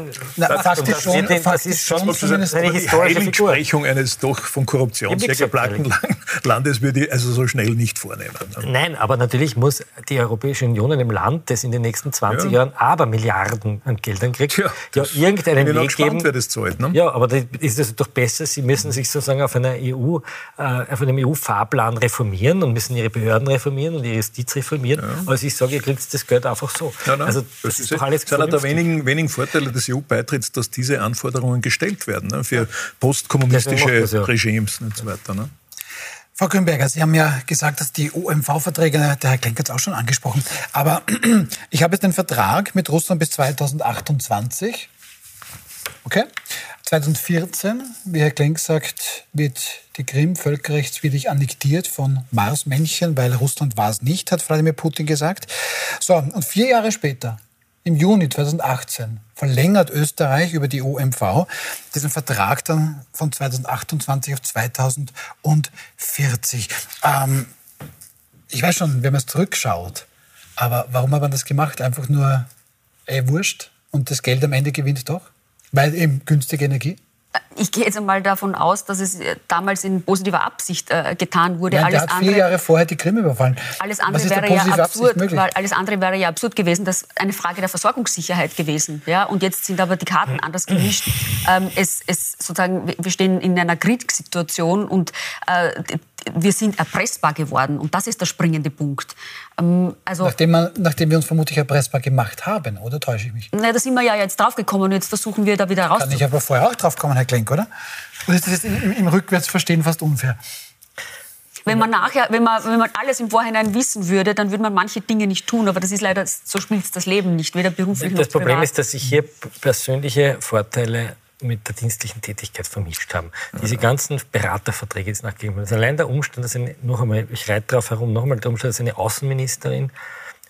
Das ist schon eine historische Entsprechung eines doch von Korruption sehr geplagten Landes würde ich also so schnell nicht vornehmen. Nein, aber natürlich muss die Europäische Union einem Land, das in den nächsten 20 Jahren aber Milliarden an Geldern kriegt, irgendeinen Weg geben. Wird es zahlt, ne? Ja, aber da ist es doch besser, sie müssen sich sozusagen auf einem EU-Fahrplan reformieren und müssen ihre Behörden reformieren und ihre Justiz reformieren. Ja. Also ich sage, ihr kriegt das Geld einfach so. Nein. Also das ist doch alles einer der wenigen Vorteile des EU-Beitritts, dass diese Anforderungen gestellt werden, ne? Für postkommunistische Regimes und so weiter. Ne? Frau Grünberger, Sie haben ja gesagt, dass die OMV-Verträge, der Herr Klenk hat es auch schon angesprochen, aber ich habe jetzt den Vertrag mit Russland bis 2028. Okay? 2014, wie Herr Klenk sagt, wird die Krim völkerrechtswidrig annektiert von Marsmännchen, weil Russland war es nicht, hat Wladimir Putin gesagt. So, und 4 Jahre später, im Juni 2018, verlängert Österreich über die OMV diesen Vertrag dann von 2028 auf 2040. Ich weiß schon, wenn man es zurückschaut, aber warum hat man das gemacht? Einfach nur, wurscht und das Geld am Ende gewinnt doch? Weil eben günstige Energie? Ich gehe jetzt einmal davon aus, dass es damals in positiver Absicht getan wurde. Nein, der hat 4 Jahre vorher die Krim überfallen. Alles andere wäre ja absurd, weil alles andere wäre ja absurd gewesen. Das ist eine Frage der Versorgungssicherheit gewesen. Ja? Und jetzt sind aber die Karten anders gemischt. Wir stehen in einer Kriegssituation und wir sind erpressbar geworden. Und das ist der springende Punkt. Nachdem wir uns vermutlich erpressbar gemacht haben, oder täusche ich mich? Na, da sind wir ja jetzt draufgekommen und jetzt versuchen wir da wieder rauszukommen. Kann ich aber vorher auch draufkommen, Herr Klenk, oder? Oder ist das jetzt im Rückwärtsverstehen fast unfair? Wenn man alles im Vorhinein wissen würde, dann würde man manche Dinge nicht tun. Aber das ist leider, so spielt das Leben nicht, weder beruflich noch privat. Das Problem ist, dass sich hier persönliche Vorteile mit der dienstlichen Tätigkeit vermischt haben. Diese ganzen Beraterverträge jetzt nachgegeben werden. Also allein der Umstand, dass ich reite darauf herum, nochmal der Umstand, dass eine Außenministerin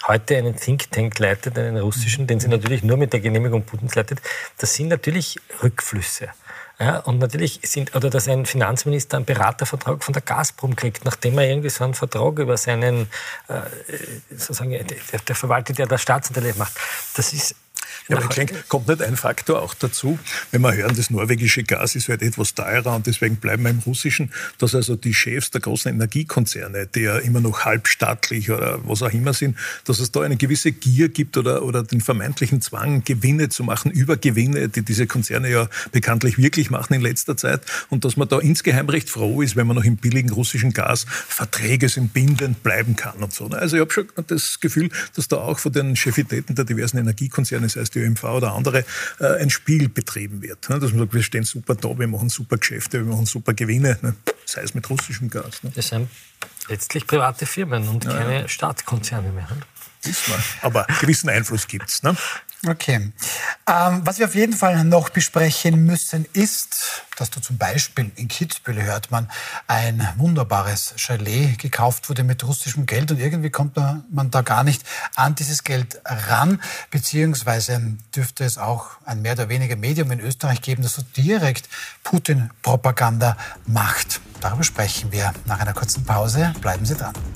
heute einen Think Tank leitet, einen russischen, den sie natürlich nur mit der Genehmigung Putins leitet, das sind natürlich Rückflüsse. Ja, und natürlich dass ein Finanzminister einen Beratervertrag von der Gazprom kriegt, nachdem er irgendwie so einen Vertrag über seinen, sozusagen, der verwaltet ja das Staatsanteil macht. Das ist... Ja, aber kommt nicht ein Faktor auch dazu, wenn wir hören, das norwegische Gas ist halt etwas teurer und deswegen bleiben wir im Russischen, dass also die Chefs der großen Energiekonzerne, die ja immer noch halbstaatlich oder was auch immer sind, dass es da eine gewisse Gier gibt oder den vermeintlichen Zwang, Gewinne zu machen, Übergewinne, die diese Konzerne ja bekanntlich wirklich machen in letzter Zeit, und dass man da insgeheim recht froh ist, wenn man noch im billigen russischen Gas Verträge sind bindend bleiben kann und so. Also ich habe schon das Gefühl, dass da auch von den Chefitäten der diversen Energiekonzerne, sei es die ÖMV oder andere, ein Spiel betrieben wird. Dass man sagt, wir stehen super da, wir machen super Geschäfte, wir machen super Gewinne, sei es mit russischem Gas. Das sind letztlich private Firmen und keine Staatskonzerne mehr. Aber gewissen Einfluss gibt es. Ne? Okay. Was wir auf jeden Fall noch besprechen müssen, ist, dass da zum Beispiel in Kitzbühel, hört man, ein wunderbares Chalet gekauft wurde mit russischem Geld und irgendwie kommt man da gar nicht an dieses Geld ran, beziehungsweise dürfte es auch ein mehr oder weniger Medium in Österreich geben, das so direkt Putin-Propaganda macht. Darüber sprechen wir nach einer kurzen Pause. Bleiben Sie dran.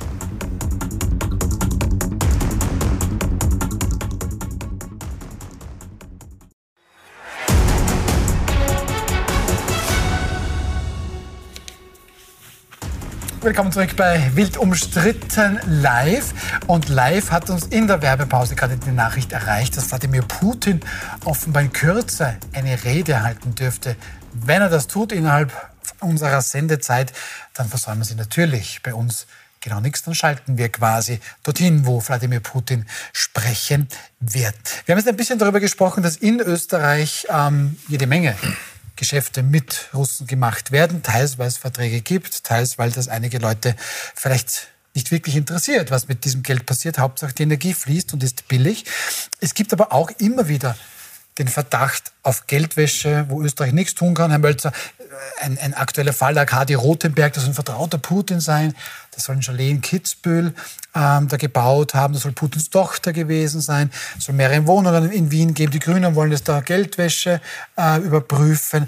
Willkommen zurück bei Wild umstritten live. Und live hat uns in der Werbepause gerade die Nachricht erreicht, dass Wladimir Putin offenbar in Kürze eine Rede halten dürfte. Wenn er das tut innerhalb unserer Sendezeit, dann versäumen Sie natürlich bei uns genau nichts. Dann schalten wir quasi dorthin, wo Wladimir Putin sprechen wird. Wir haben jetzt ein bisschen darüber gesprochen, dass in Österreich jede Menge Geschäfte mit Russen gemacht werden, teils weil es Verträge gibt, teils weil das einige Leute vielleicht nicht wirklich interessiert, was mit diesem Geld passiert. Hauptsache die Energie fließt und ist billig. Es gibt aber auch immer wieder den Verdacht auf Geldwäsche, wo Österreich nichts tun kann. Herr Mölzer, ein aktueller Fall, der Arkadi Rotenberg, das soll ein vertrauter Putin sein, das soll ein Chalet in Kitzbühel da gebaut haben, das soll Putins Tochter gewesen sein, es soll mehrere Wohnungen in Wien geben, die Grünen wollen das da Geldwäsche überprüfen.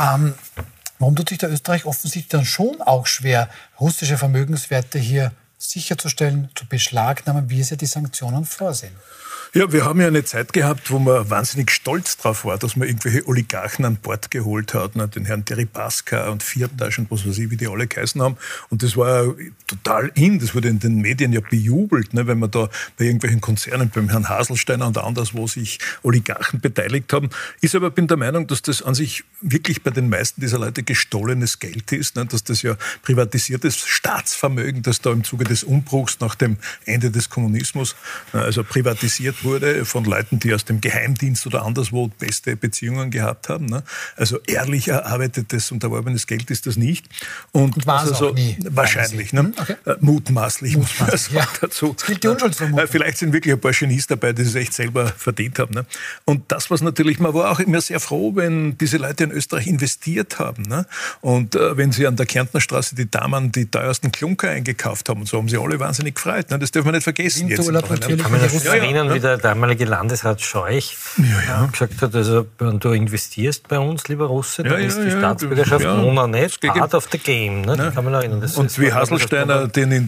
Warum tut sich der Österreich offensichtlich dann schon auch schwer, russische Vermögenswerte hier sicherzustellen, zu beschlagnahmen, wie es ja die Sanktionen vorsehen? Ja, wir haben ja eine Zeit gehabt, wo man wahnsinnig stolz drauf war, dass man irgendwelche Oligarchen an Bord geholt hat, ne? Den Herrn Deripaska und Firtasch und was weiß ich, wie die alle geheißen haben. Und das war total das wurde in den Medien ja bejubelt, ne? Wenn man da bei irgendwelchen Konzernen, beim Herrn Haselsteiner und anders, wo sich Oligarchen beteiligt haben. Ich aber bin der Meinung, dass das an sich wirklich bei den meisten dieser Leute gestohlenes Geld ist, ne? Dass das ja privatisiertes Staatsvermögen, das da im Zuge des Umbruchs nach dem Ende des Kommunismus, also privatisiert wurde von Leuten, die aus dem Geheimdienst oder anderswo beste Beziehungen gehabt haben. Ne? Also ehrlich erarbeitetes und erworbenes Geld ist das nicht. Und war es also auch nie? Wahrscheinlich. Ne? Okay. Mutmaßlich muss man sagen dazu. Das gilt die Unschuldsvermutung. Vielleicht sind wirklich ein paar Genies dabei, die es echt selber verdient haben. Ne? Und das, was natürlich, man war auch immer sehr froh, wenn diese Leute in Österreich investiert haben. Ne? Und wenn sie an der Kärntner Straße die Damen die teuersten Klunker eingekauft haben und so, haben sie alle wahnsinnig gefreut. Ne? Das dürfen wir nicht vergessen. Jetzt kann man das erinnern, wie der damalige Landesrat Scheuch gesagt hat, also wenn du investierst bei uns, lieber Russe, dann ist die Staatsbürgerschaft nicht part of the game. Ne? Ja. Kann man erinnern. Das und wie Haselsteiner den in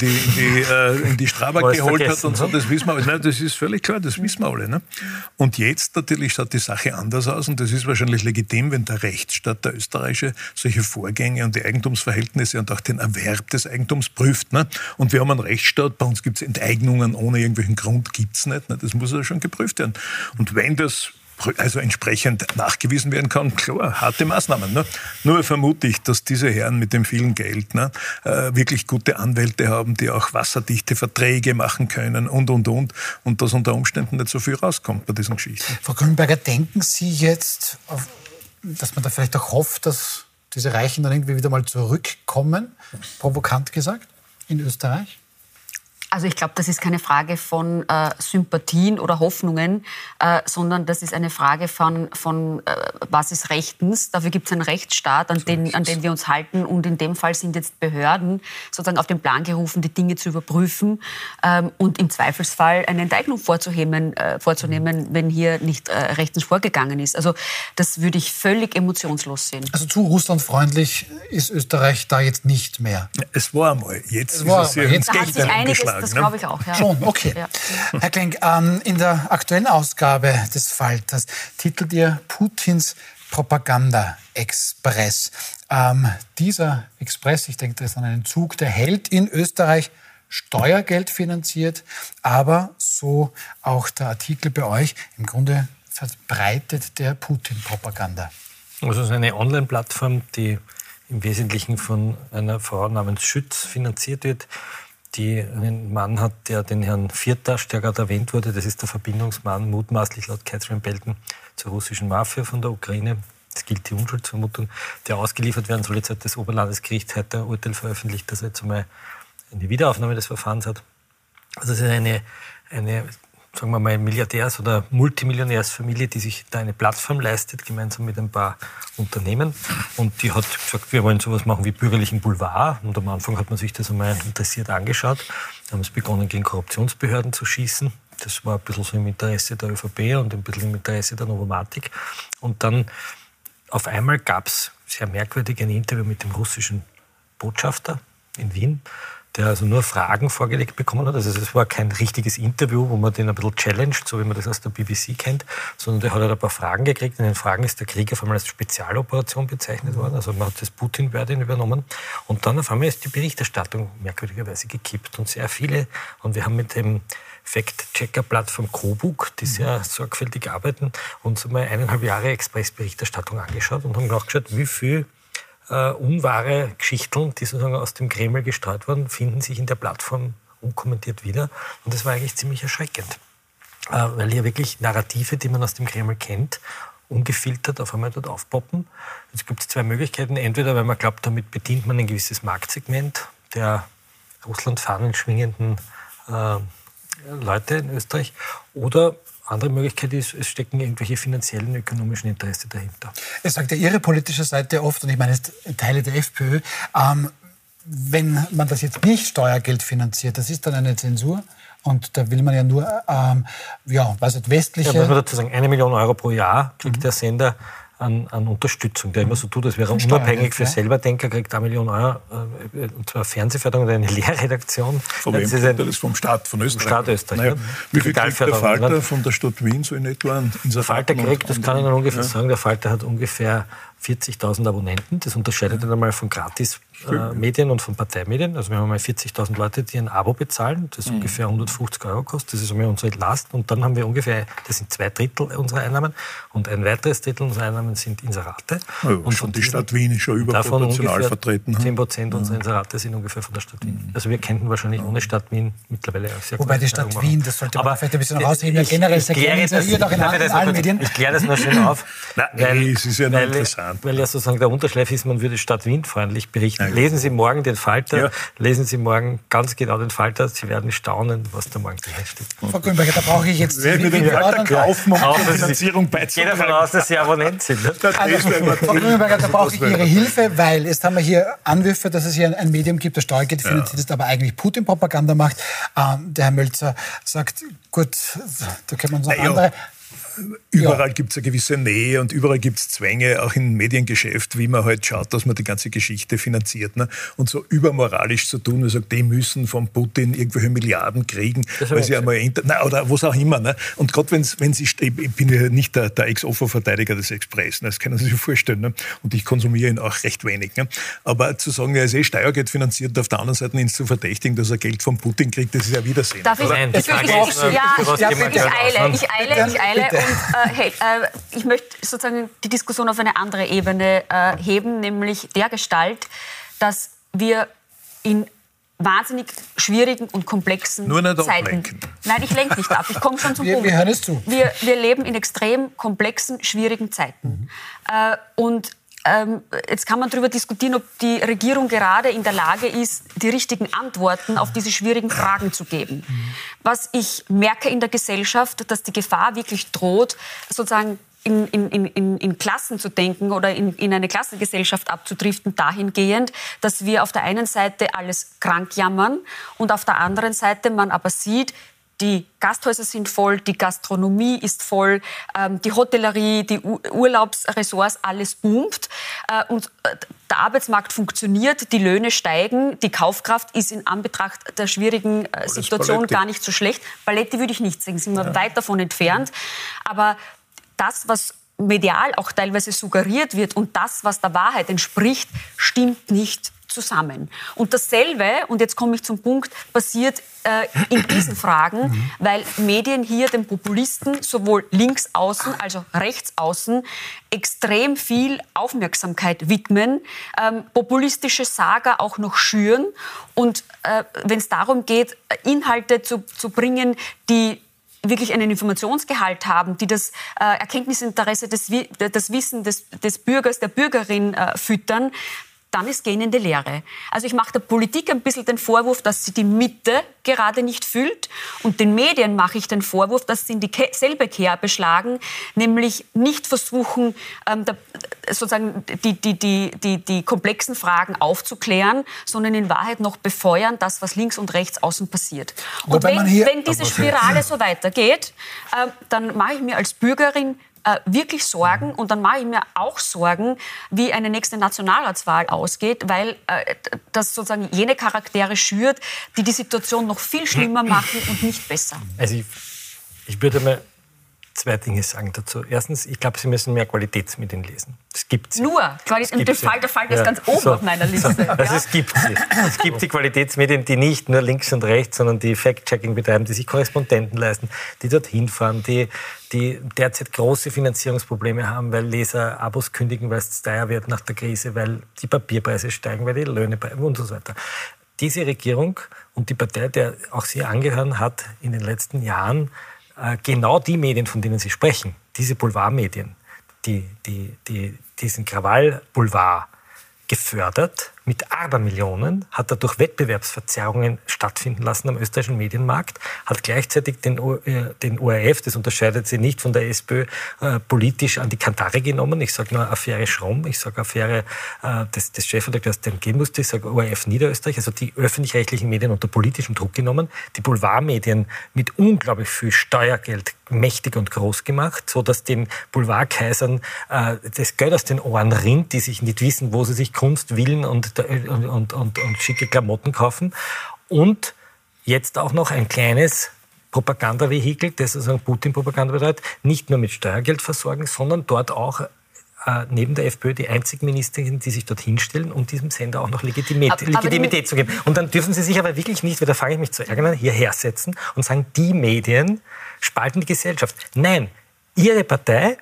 die Strabag geholt hat und so, das wissen wir. Nein, das ist völlig klar, das wissen wir alle. Ne? Und jetzt natürlich schaut die Sache anders aus und das ist wahrscheinlich legitim, wenn der Rechtsstaat, der österreichische, solche Vorgänge und die Eigentumsverhältnisse und auch den Erwerb des Eigentums prüft. Ne? Und wir haben einen Rechtsstaat, bei uns gibt es Enteignungen ohne irgendwelchen Grund, gibt es nicht. Ne? Das muss ja schon geprüft werden. Und wenn das also entsprechend nachgewiesen werden kann, klar, harte Maßnahmen. Ne? Nur vermute ich, dass diese Herren mit dem vielen Geld wirklich gute Anwälte haben, die auch wasserdichte Verträge machen können und dass unter Umständen nicht so viel rauskommt bei diesen Geschichten. Frau Grünberger, denken Sie jetzt, dass man da vielleicht auch hofft, dass diese Reichen dann irgendwie wieder mal zurückkommen, provokant gesagt, in Österreich? Also ich glaube, das ist keine Frage von Sympathien oder Hoffnungen, sondern das ist eine Frage von was ist rechtens. Dafür gibt es einen Rechtsstaat, an den wir uns halten. Und in dem Fall sind jetzt Behörden sozusagen auf den Plan gerufen, die Dinge zu überprüfen und im Zweifelsfall eine Enteignung vorzunehmen, wenn hier nicht rechtens vorgegangen ist. Also das würde ich völlig emotionslos sehen. Also zu russlandfreundlich ist Österreich da jetzt nicht mehr. Es war einmal. Jetzt ist es hier ins Gegenteil umgeschlagen. Das glaube ich auch, ja. Schon, okay. Ja. Herr Klenk, in der aktuellen Ausgabe des Falters titelt ihr Putins Propaganda-Express. Dieser Express, ich denke, das ist an einen Zug, der hält in Österreich Steuergeld finanziert, aber so auch der Artikel bei euch, im Grunde verbreitet der Putin-Propaganda. Also es ist eine Online-Plattform, die im Wesentlichen von einer Frau namens Schütz finanziert wird, die einen Mann hat, der den Herrn Firtasch, der gerade erwähnt wurde, das ist der Verbindungsmann, mutmaßlich laut Catherine Belton, zur russischen Mafia von der Ukraine. Es gilt die Unschuldsvermutung, der ausgeliefert werden soll. Jetzt hat das Oberlandesgericht heute ein Urteil veröffentlicht, dass er jetzt einmal eine Wiederaufnahme des Verfahrens hat. Also es ist eine sagen wir mal, Milliardärs- oder Multimillionärsfamilie, die sich da eine Plattform leistet, gemeinsam mit ein paar Unternehmen. Und die hat gesagt, wir wollen sowas machen wie bürgerlichen Boulevard. Und am Anfang hat man sich das einmal interessiert angeschaut. Da haben es begonnen, gegen Korruptionsbehörden zu schießen. Das war ein bisschen so im Interesse der ÖVP und ein bisschen im Interesse der Novomatic. Und dann auf einmal gab es sehr merkwürdig ein Interview mit dem russischen Botschafter in Wien, der also nur Fragen vorgelegt bekommen hat. Also es war kein richtiges Interview, wo man den ein bisschen challenged, so wie man das aus der BBC kennt, sondern der hat halt ein paar Fragen gekriegt. In den Fragen ist der Krieg auf einmal als Spezialoperation bezeichnet worden. Also man hat das Putin-Wording übernommen. Und dann auf einmal ist die Berichterstattung merkwürdigerweise gekippt und sehr viele. Und wir haben mit dem Fact-Checker-Plattform Kobuk, die sehr sorgfältig arbeiten, uns einmal 1,5 Jahre Express-Berichterstattung angeschaut und haben nachgeschaut, wie viel unwahre Geschichten, die sozusagen aus dem Kreml gestreut wurden, finden sich in der Plattform unkommentiert wieder. Und das war eigentlich ziemlich erschreckend, weil hier wirklich Narrative, die man aus dem Kreml kennt, ungefiltert auf einmal dort aufpoppen. Es gibt 2 Möglichkeiten. Entweder, weil man glaubt, damit bedient man ein gewisses Marktsegment der Russland-Fahnen schwingenden Leute in Österreich, oder andere Möglichkeit ist, es stecken irgendwelche finanziellen, ökonomischen Interessen dahinter. Es sagt ja Ihre politische Seite oft, und ich meine jetzt Teile der FPÖ, wenn man das jetzt nicht Steuergeld finanziert, das ist dann eine Zensur. Und da will man ja nur, westliche... Ja, muss man dazu sagen, 1 Million Euro pro Jahr kriegt der Sender an Unterstützung, der immer so tut, als wäre er unabhängig für Selberdenker, kriegt 1 Million Euro, und zwar Fernsehförderung oder eine Lehrredaktion. Von wem kriegt er das? Vom Staat, von Österreich? Vom Staat Österreich. Naja, wie viel kriegt der Falter von der Stadt Wien so in etwa? Der Falter kriegt, das kann ich Ihnen ungefähr sagen, der Falter hat ungefähr 40.000 Abonnenten. Das unterscheidet dann einmal von Gratis-Medien und von Parteimedien. Also wir haben einmal 40.000 Leute, die ein Abo bezahlen, das ungefähr 150 Euro kostet. Das ist einmal unsere Last. Und dann haben wir ungefähr, das sind 2/3 unserer Einnahmen, und ein weiteres Drittel unserer Einnahmen sind Inserate. Ja, und schon die Stadt Wien ist schon überproportional vertreten. 10% unserer Inserate sind ungefähr von der Stadt Wien. Also wir könnten wahrscheinlich ohne Stadt Wien mittlerweile auch sehr gut. Wobei die Stadt Wien, das sollte man vielleicht ein bisschen rausheben, ja generell sehr gerne inseriert, auch in allen Medien. Ich kläre das noch schön auf. Es ist ja noch interessant. Weil ja sozusagen der Unterschleif ist, man würde Stadt Wien freundlich berichten. Ja. Lesen Sie morgen den Falter, lesen Sie morgen ganz genau den Falter, Sie werden staunen, was da morgen drin steht. Frau Grünberger, da brauche ich jetzt... Wer wird den Falter kaufen, um die Finanzierung beizutragen? Ich gehe davon aus, dass Sie Abonnent sind. Ne? Frau Grünberger, da brauche ich Ihre Hilfe, weil jetzt haben wir hier Anwürfe, dass es hier ein Medium gibt, das Steuergeld finanziert ist, aber eigentlich Putin-Propaganda macht. Der Herr Mölzer sagt, gut, da können wir uns noch andere... Überall gibt es eine gewisse Nähe und überall gibt es Zwänge, auch im Mediengeschäft, wie man halt schaut, dass man die ganze Geschichte finanziert. Ne? Und so übermoralisch zu tun, und sagt, die müssen von Putin irgendwelche Milliarden kriegen, weil sie einmal oder was auch immer. Ne? Und gerade wenn sie, ich bin ja nicht der Ex-Ofo-Verteidiger des Express, ne? Das können Sie sich vorstellen. Ne? Und ich konsumiere ihn auch recht wenig. Ne? Aber zu sagen, er ist Steuergeld finanziert, und auf der anderen Seite ihn zu verdächtigen, dass er Geld von Putin kriegt, das ist ja Widersinn. Darf ich? Ich eile. Und ich möchte sozusagen die Diskussion auf eine andere Ebene heben, nämlich der Gestalt, dass wir in wahnsinnig schwierigen und komplexen Zeiten... Nein, ich lenke nicht ab, ich komme schon zum Punkt. Wir hören es zu. Wir leben in extrem komplexen, schwierigen Zeiten. Und jetzt kann man darüber diskutieren, ob die Regierung gerade in der Lage ist, die richtigen Antworten auf diese schwierigen Fragen zu geben. Was ich merke in der Gesellschaft, dass die Gefahr wirklich droht, sozusagen in Klassen zu denken oder in eine Klassengesellschaft abzudriften, dahingehend, dass wir auf der einen Seite alles krank jammern und auf der anderen Seite man aber sieht, die Gasthäuser sind voll, die Gastronomie ist voll, die Hotellerie, die Urlaubsressorts, alles boomt. Und der Arbeitsmarkt funktioniert, die Löhne steigen, die Kaufkraft ist in Anbetracht der schwierigen Situation gar nicht so schlecht. Paletti würde ich nicht sagen, sind wir weit davon entfernt. Aber das, was medial auch teilweise suggeriert wird und das, was der Wahrheit entspricht, stimmt nicht zusammen. Und dasselbe, und jetzt komme ich zum Punkt, passiert in diesen Fragen, weil Medien hier den Populisten sowohl links außen als auch rechts außen extrem viel Aufmerksamkeit widmen, populistische Saga auch noch schüren und wenn es darum geht, Inhalte zu bringen, die wirklich einen Informationsgehalt haben, die das Erkenntnisinteresse, das Wissen des Bürgers, der Bürgerin füttern, dann ist gähnende Leere. Also ich mache der Politik ein bisschen den Vorwurf, dass sie die Mitte gerade nicht füllt und den Medien mache ich den Vorwurf, dass sie in dieselbe Kerbe schlagen, nämlich nicht versuchen, sozusagen die komplexen Fragen aufzuklären, sondern in Wahrheit noch befeuern, das, was links und rechts außen passiert. Und wenn diese Spirale so weitergeht, dann mache ich mir als Bürgerin wirklich Sorgen und dann mache ich mir auch Sorgen, wie eine nächste Nationalratswahl ausgeht, weil das sozusagen jene Charaktere schürt, die die Situation noch viel schlimmer machen und nicht besser. Also ich würde mal zwei Dinge sagen dazu. Erstens, ich glaube, Sie müssen mehr Qualitätsmedien lesen. Es gibt sie. Nur Qualität, der Fall ist ganz oben auf meiner Liste. So. Also es gibt sie. Es gibt die Qualitätsmedien, die nicht nur links und rechts, sondern die Fact-Checking betreiben, die sich Korrespondenten leisten, die dorthin fahren, die derzeit große Finanzierungsprobleme haben, weil Leser Abos kündigen, weil es teuer wird nach der Krise, weil die Papierpreise steigen, weil die Löhne und so weiter. Diese Regierung und die Partei, der auch Sie angehören, hat in den letzten Jahren genau die Medien, von denen Sie sprechen, diese Boulevardmedien, diesen Krawall-Boulevard gefördert mit Abermillionen, hat dadurch Wettbewerbsverzerrungen stattfinden lassen am österreichischen Medienmarkt, hat gleichzeitig den ORF, das unterscheidet sie nicht von der SPÖ, politisch an die Kandare genommen. Ich sage nur Affäre Schromm, ich sage Affäre des Chefredakteurs, der gehen musste, ich sage ORF Niederösterreich, also die öffentlich-rechtlichen Medien unter politischem Druck genommen, die Boulevardmedien mit unglaublich viel Steuergeld mächtig und groß gemacht, so dass den Boulevardkaisern das Geld aus den Ohren rinnt, die sich nicht wissen, wo sie sich Kunst, Willen und schicke Klamotten kaufen. Und jetzt auch noch ein kleines Propagandavehikel, das sozusagen Putin-Propaganda bedeutet, nicht nur mit Steuergeld versorgen, sondern dort auch neben der FPÖ die einzigen Ministerin, die sich dort hinstellen, um diesem Sender auch noch Legitimität zu geben. Und dann dürfen Sie sich aber wirklich nicht, weil da fange ich mich zu ärgern, hierher setzen und sagen, die Medien spalten die Gesellschaft. Nein, Ihre Partei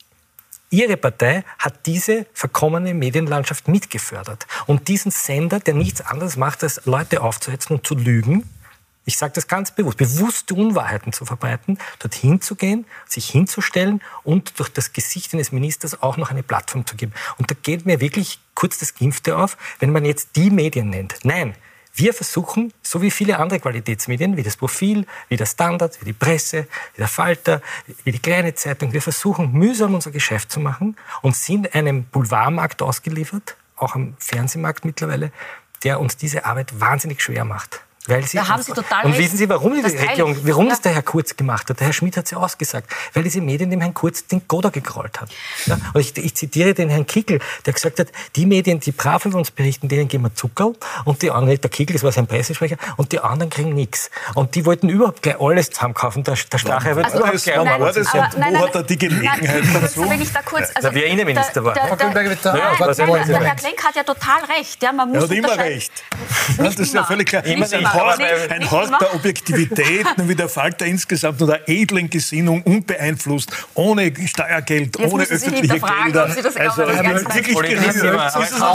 hat diese verkommene Medienlandschaft mitgefördert. Und diesen Sender, der nichts anderes macht, als Leute aufzuhetzen und zu lügen, ich sage das ganz bewusst Unwahrheiten zu verbreiten, dorthin zu gehen, sich hinzustellen und durch das Gesicht eines Ministers auch noch eine Plattform zu geben. Und da geht mir wirklich kurz das Gimpfte auf, wenn man jetzt die Medien nennt. Nein, wir versuchen, so wie viele andere Qualitätsmedien, wie das Profil, wie der Standard, wie die Presse, wie der Falter, wie die Kleine Zeitung, wir versuchen mühsam unser Geschäft zu machen und sind einem Boulevardmarkt ausgeliefert, auch am Fernsehmarkt mittlerweile, der uns diese Arbeit wahnsinnig schwer macht. Da haben Sie total und recht. wissen Sie, warum die Regierung, warum das der Herr Kurz gemacht hat? Der Herr Schmidt hat es ja ausgesagt, weil diese Medien dem Herrn Kurz den Goda gekrollt haben. Ja? Und ich zitiere den Herrn Kickl, der gesagt hat, die Medien, die brav über uns berichten, denen geben wir Zuckerl und die anderen, der Kickl, das war sein Pressesprecher, und die anderen kriegen nichts. Und die wollten überhaupt gleich alles zusammenkaufen. Der Strache wird überhaupt gleich wo hat er die Gelegenheit dazu? Wenn ich da kurz, also wie er Innenminister war. Der Herr Klenk hat ja total recht. Ja, man muss er hat immer recht. Das ist ja völlig klar. ein Hort der Objektivität, wie der Falter insgesamt und der edlen Gesinnung, unbeeinflusst, ohne Steuergeld, jetzt ohne öffentliche Gelder. Ob Sie das wirklich gerührt.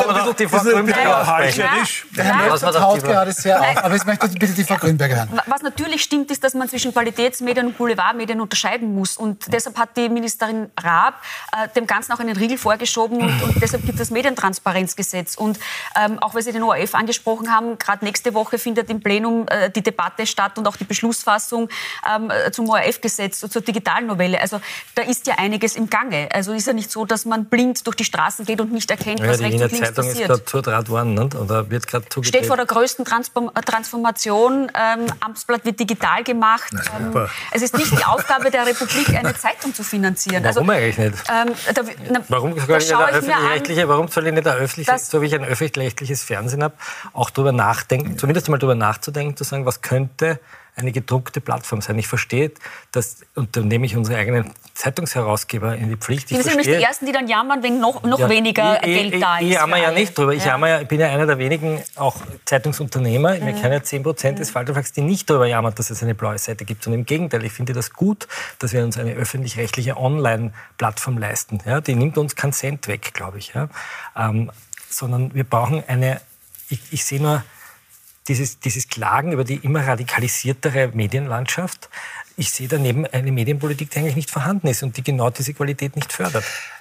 Der Herr Mölzer taut gerade sehr auf, aber jetzt möchte ich bitte die Frau Grünberger hören. Was natürlich stimmt, ist, dass man zwischen Qualitätsmedien und Boulevardmedien unterscheiden muss. Und deshalb hat die Ministerin Raab dem Ganzen auch einen Riegel vorgeschoben und deshalb gibt es das Medientransparenzgesetz. Und auch weil Sie den ORF angesprochen haben, gerade nächste Woche findet im Plenum die Debatte statt und auch die Beschlussfassung zum ORF-Gesetz und zur Digitalnovelle. Also da ist ja einiges im Gange. Also ist ja nicht so, dass man blind durch die Straßen geht und nicht erkennt, was rechts und links passiert. Die Wiener Zeitung ist gerade zugedreht worden, nicht? Oder wird gerade zugedreht. Steht vor der größten Transformation. Amtsblatt wird digital gemacht. Es ist nicht die Aufgabe der Republik, eine Zeitung zu finanzieren. Warum eigentlich nicht? Warum soll ich nicht ein öffentliches, so wie ich ein öffentlich-rechtliches Fernsehen habe, auch darüber nachdenken, zumindest mal darüber nachzudenken, zu sagen, was könnte eine gedruckte Plattform sein. Ich verstehe, dass, und dann nehme ich unsere eigenen Zeitungsherausgeber in die Pflicht. Die sind nämlich die Ersten, die dann jammern, wenn noch weniger Geld da ist. Ich jammer ja nicht drüber. Ich bin ja einer der wenigen auch Zeitungsunternehmer, ich kenne ja 10% des Falterverlags, die nicht darüber jammern, dass es eine blaue Seite gibt. Und im Gegenteil, ich finde das gut, dass wir uns eine öffentlich-rechtliche Online-Plattform leisten. Ja, die nimmt uns keinen Cent weg, glaube ich. Ja. Sondern wir brauchen ich sehe nur dieses Klagen über die immer radikalisiertere Medienlandschaft. Ich sehe daneben eine Medienpolitik, die eigentlich nicht vorhanden ist und die genau diese Qualität nicht fördert.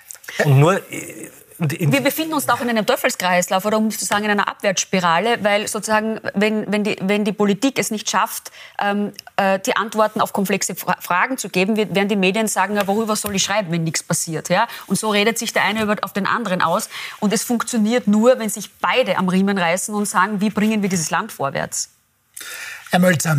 Wir befinden uns da auch in einem Teufelskreislauf oder um nicht zu sagen in einer Abwärtsspirale, weil sozusagen, wenn die Politik es nicht schafft, die Antworten auf komplexe Fragen zu geben, werden die Medien sagen, ja, worüber soll ich schreiben, wenn nichts passiert. Ja? Und so redet sich der eine auf den anderen aus. Und es funktioniert nur, wenn sich beide am Riemen reißen und sagen, wie bringen wir dieses Land vorwärts. Herr Mölzer,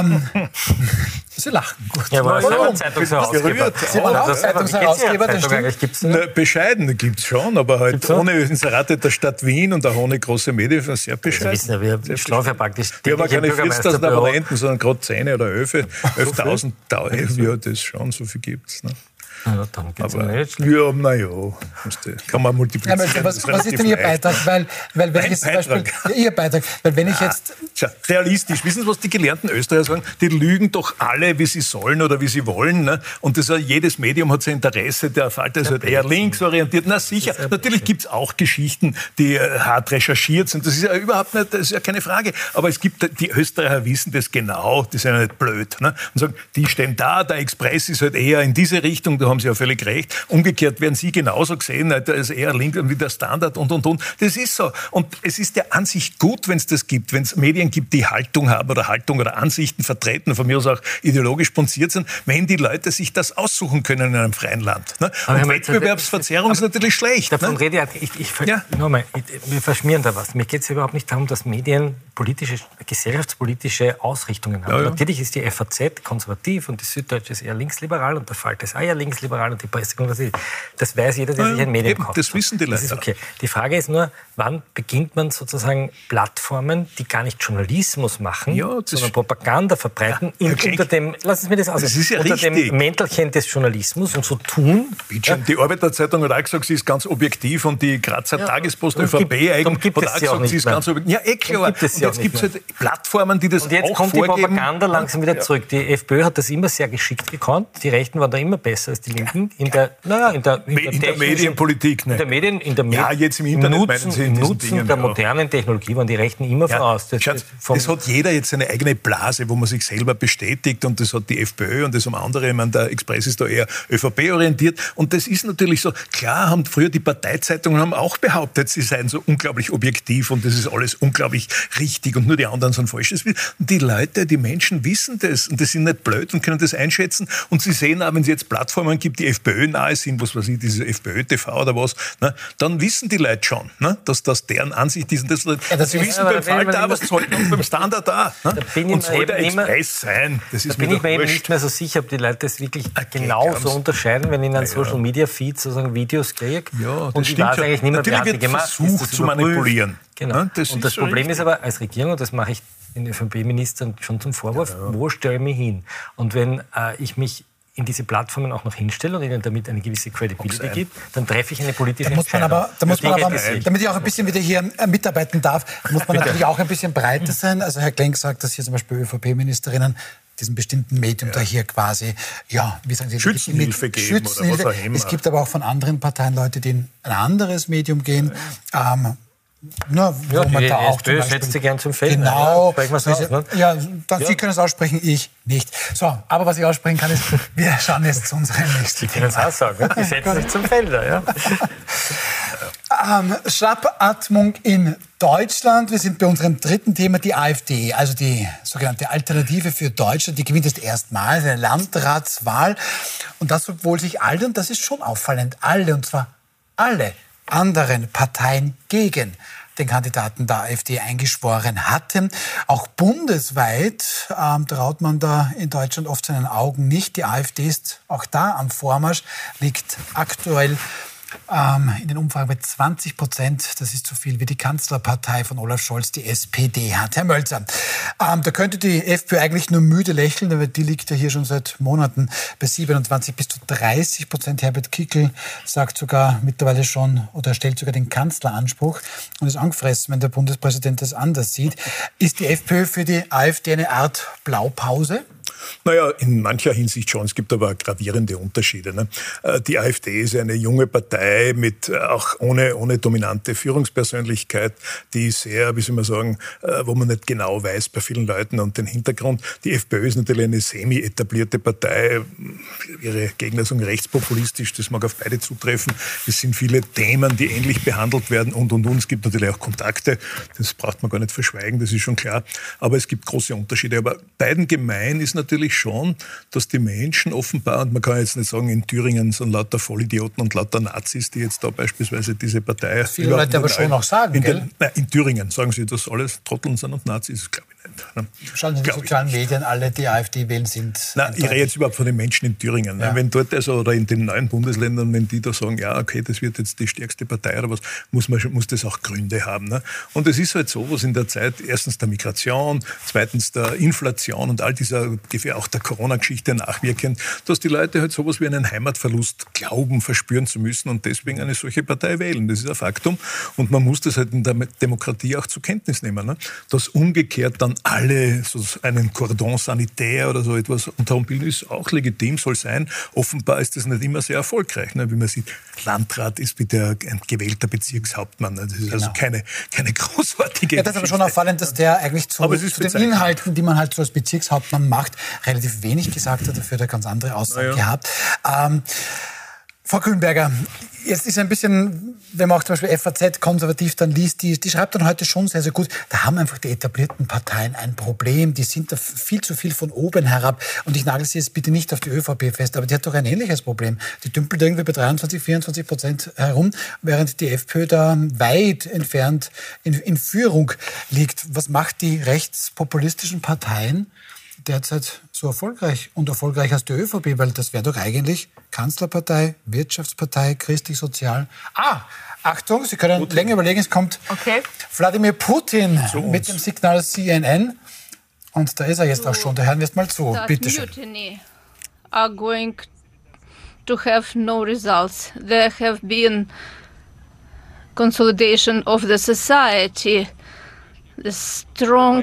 Sie lachen. Gut. Ja, aber warum? Zeitungsherausgeber. Sie waren auch Zeitungsherausgeber, das stimmt. Bescheiden gibt es schon, aber halt ohne Inserate der Stadt Wien und ohne große Medien sehr bescheiden. Sie wissen ja, wir schlafen ja praktisch. Wir haben keine 40.000 Abonnenten, sondern gerade 10 oder 11.000, ja, das schon, so viel gibt es. Ne? Ja, dann geht's aber nicht. Ja, naja, kann man multiplizieren. Ja, was ist denn Ihr Beitrag? Weil wenn ich jetzt zum Beispiel, Ihr Beitrag, weil wenn ich jetzt... Realistisch, wissen Sie, was die gelernten Österreicher sagen? Die lügen doch alle, wie sie sollen oder wie sie wollen. Ne? Und jedes Medium hat sein Interesse, der Falter ist halt eher linksorientiert. Na sicher, natürlich gibt es auch Geschichten, die hart recherchiert sind. Das ist ja überhaupt nicht, das ist ja keine Frage. Aber es gibt, die Österreicher wissen das genau, die sind ja nicht blöd. Ne? Und sagen, die stehen da, der Express ist halt eher in diese Richtung, da haben Sie ja völlig recht. Umgekehrt werden Sie genauso gesehen, da ist eher links wie der Standard und. Das ist so. Und es ist ja an sich gut, wenn es das gibt, wenn es Medien gibt, die Haltung haben oder Ansichten vertreten, von mir aus auch ideologisch punziert sind, wenn die Leute sich das aussuchen können in einem freien Land. Ne? Und Wettbewerbsverzerrung ist natürlich schlecht. Davon rede ich. Wir verschmieren da was. Mir geht es überhaupt nicht darum, dass Medien gesellschaftspolitische Ausrichtungen haben. Ja. Natürlich ist die FAZ konservativ und die Süddeutsche ist eher linksliberal und der Falter ist auch eher linksliberal und die Presse konservativ. Das weiß jeder, der sich ein Medium kauft. Das wissen die Leute. Das ist okay. Die Frage ist nur, wann beginnt man sozusagen Plattformen, die gar nicht Journalismus machen, sondern Propaganda verbreiten, unter dem, lassen Sie mir das aussehen, unter dem Mäntelchen des Journalismus und so tun. Die Arbeiterzeitung hat auch gesagt, sie ist ganz objektiv und die Grazer Tagespost ÖVP eigentlich hat auch gesagt, sie ist ganz objektiv. Ja, klar. Jetzt gibt es halt Plattformen, die das auch vorgeben. Und jetzt kommt die Propaganda langsam wieder zurück. Die FPÖ hat das immer sehr geschickt gekonnt. Die Rechten waren da immer besser als die Linken. In der Medienpolitik. Ne? Jetzt im Internet Nutzen der modernen Technologie waren die Rechten immer voraus. Das hat jeder jetzt seine eigene Blase, wo man sich selber bestätigt und das hat die FPÖ und das haben andere. Ich meine, der Express ist da eher ÖVP-orientiert und das ist natürlich so. Klar haben früher die Parteizeitungen auch behauptet, sie seien so unglaublich objektiv und das ist alles unglaublich richtig und nur die anderen sind falsch. Und die Leute, die Menschen wissen das und die sind nicht blöd und können das einschätzen und sie sehen auch, wenn es jetzt Plattformen gibt, die FPÖ nahe sind, was weiß ich, diese FPÖ-TV oder was, ne, dann wissen die Leute schon, ne, dass das deren Ansicht ist. Und das sie wissen beim Falter auch, was sollten und beim Standard auch. Ne? Und soll der Express sein. Das ist da bin ich mir eben nicht mehr so sicher, ob die Leute das wirklich genauso unterscheiden, wenn ich in einem Social-Media-Feed sozusagen Videos kriege. Ja, das und ich weiß eigentlich nicht mehr, wer hat die gemacht. Versucht zu manipulieren. Genau. Ja, und das Problem ist aber als Regierung, und das mache ich den ÖVP-Ministern schon zum Vorwurf, wo stelle ich mich hin? Und wenn ich mich in diese Plattformen auch noch hinstelle und ihnen damit eine gewisse Credibility gibt, dann treffe ich eine politische Entscheidung. Da muss man aber, damit ich auch ein bisschen wieder hier mitarbeiten darf, muss man natürlich auch ein bisschen breiter sein. Also Herr Klenk sagt, dass hier zum Beispiel ÖVP-Ministerinnen diesem bestimmten Medium da hier quasi, wie sagen Sie, Schützenhilfe geben oder was auch immer. Es gibt aber auch von anderen Parteien Leute, die in ein anderes Medium gehen. Wo man da auch SPÖ setzt sie gern zum Feld. Genau. Ja, Sie können es aussprechen, ich nicht. So, aber was ich aussprechen kann, ist, wir schauen jetzt zu unserem nächsten. Sie können es auch sagen, die setzen sich zum Felder. Ja. Schnappatmung in Deutschland. Wir sind bei unserem dritten Thema, die AfD, also die sogenannte Alternative für Deutschland. Die gewinnt jetzt erstmals eine Landratswahl. Und das, obwohl sich alle, und das ist schon auffallend, und zwar alle anderen Parteien gegen den Kandidaten der AfD eingeschworen hatten. Auch bundesweit traut man da in Deutschland oft seinen Augen nicht. Die AfD ist auch da am Vormarsch, liegt aktuell in den Umfragen bei 20%. Das ist so viel wie die Kanzlerpartei von Olaf Scholz, die SPD, hat. Herr Mölzer, da könnte die FPÖ eigentlich nur müde lächeln, aber die liegt ja hier schon seit Monaten bei 27 bis zu 30%. Herbert Kickl sagt sogar mittlerweile schon oder stellt sogar den Kanzleranspruch und ist angefressen, wenn der Bundespräsident das anders sieht. Ist die FPÖ für die AfD eine Art Blaupause? Naja, in mancher Hinsicht schon. Es gibt aber gravierende Unterschiede. Ne? Die AfD ist eine junge Partei mit auch ohne dominante Führungspersönlichkeit, die sehr, wie soll man sagen, wo man nicht genau weiß bei vielen Leuten und den Hintergrund. Die FPÖ ist natürlich eine semi-etablierte Partei. Ihre Gegner sagen rechtspopulistisch, das mag auf beide zutreffen. Es sind viele Themen, die ähnlich behandelt werden und. Es gibt natürlich auch Kontakte. Das braucht man gar nicht verschweigen, das ist schon klar. Aber es gibt große Unterschiede. Aber beiden gemein ist natürlich schon, dass die Menschen offenbar, und man kann jetzt nicht sagen, in Thüringen sind lauter Vollidioten und lauter Nazis, die jetzt da beispielsweise diese Partei... Viele Leute aber schon noch sagen, gell? In Thüringen sagen sie, dass alles Trotteln sind und Nazis, glaube ich nicht. Ne? Schauen Sie, die sozialen Medien, alle, die AfD wählen, sind... Nein, ich rede jetzt überhaupt von den Menschen in Thüringen. Ja. Wenn dort also, oder in den neuen Bundesländern, wenn die da sagen, ja, okay, das wird jetzt die stärkste Partei oder was, muss das auch Gründe haben. Ne? Und es ist halt so, was in der Zeit, erstens der Migration, zweitens der Inflation und all dieser, auch der Corona-Geschichte nachwirkend, dass die Leute halt sowas wie einen Heimatverlust glauben, verspüren zu müssen und deswegen eine solche Partei wählen. Das ist ein Faktum. Und man muss das halt in der Demokratie auch zur Kenntnis nehmen. Ne? Dass umgekehrt dann alle so einen Cordon sanitär oder so etwas unterm bilden, ist auch legitim, soll sein. Offenbar ist das nicht immer sehr erfolgreich. Ne? Wie man sieht, Landrat ist bitte ein gewählter Bezirkshauptmann. Ne? Das ist also keine großartige Ja, das ist aber schon auffallend, dass der eigentlich zu den Inhalten, die man halt so als Bezirkshauptmann macht, relativ wenig gesagt hat, dafür hat er ganz andere Aussagen gehabt. Frau Kühnberger, jetzt ist ein bisschen, wenn man auch zum Beispiel FAZ konservativ dann liest, die schreibt dann heute schon sehr, sehr gut, da haben einfach die etablierten Parteien ein Problem, die sind da viel zu viel von oben herab und ich nagel sie jetzt bitte nicht auf die ÖVP fest, aber die hat doch ein ähnliches Problem. Die dümpelt irgendwie bei 23-24% herum, während die FPÖ da weit entfernt in Führung liegt. Was macht die rechtspopulistischen Parteien derzeit so erfolgreich und erfolgreich als die ÖVP, weil das wäre doch eigentlich Kanzlerpartei, Wirtschaftspartei, christlich-sozial. Achtung, Sie können länger überlegen, es kommt Wladimir Putin mit dem Signal CNN und da ist er jetzt auch schon, da hören wir jetzt mal zu. Bitte schön. Are going to have no results. There have been consolidation of the society, the strong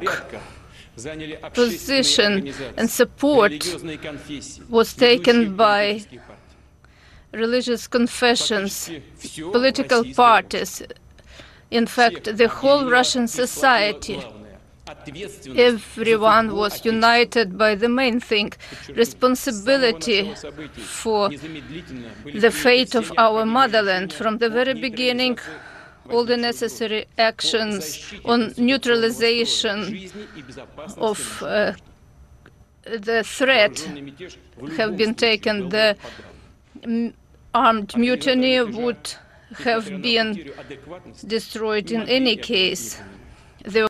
position and support was taken by religious confessions, political parties, in fact, the whole Russian society. Everyone was united by the main thing, responsibility for the fate of our motherland. From the very beginning, all the necessary actions on neutralization of the threat have been taken. The armed mutiny would have been destroyed in any case.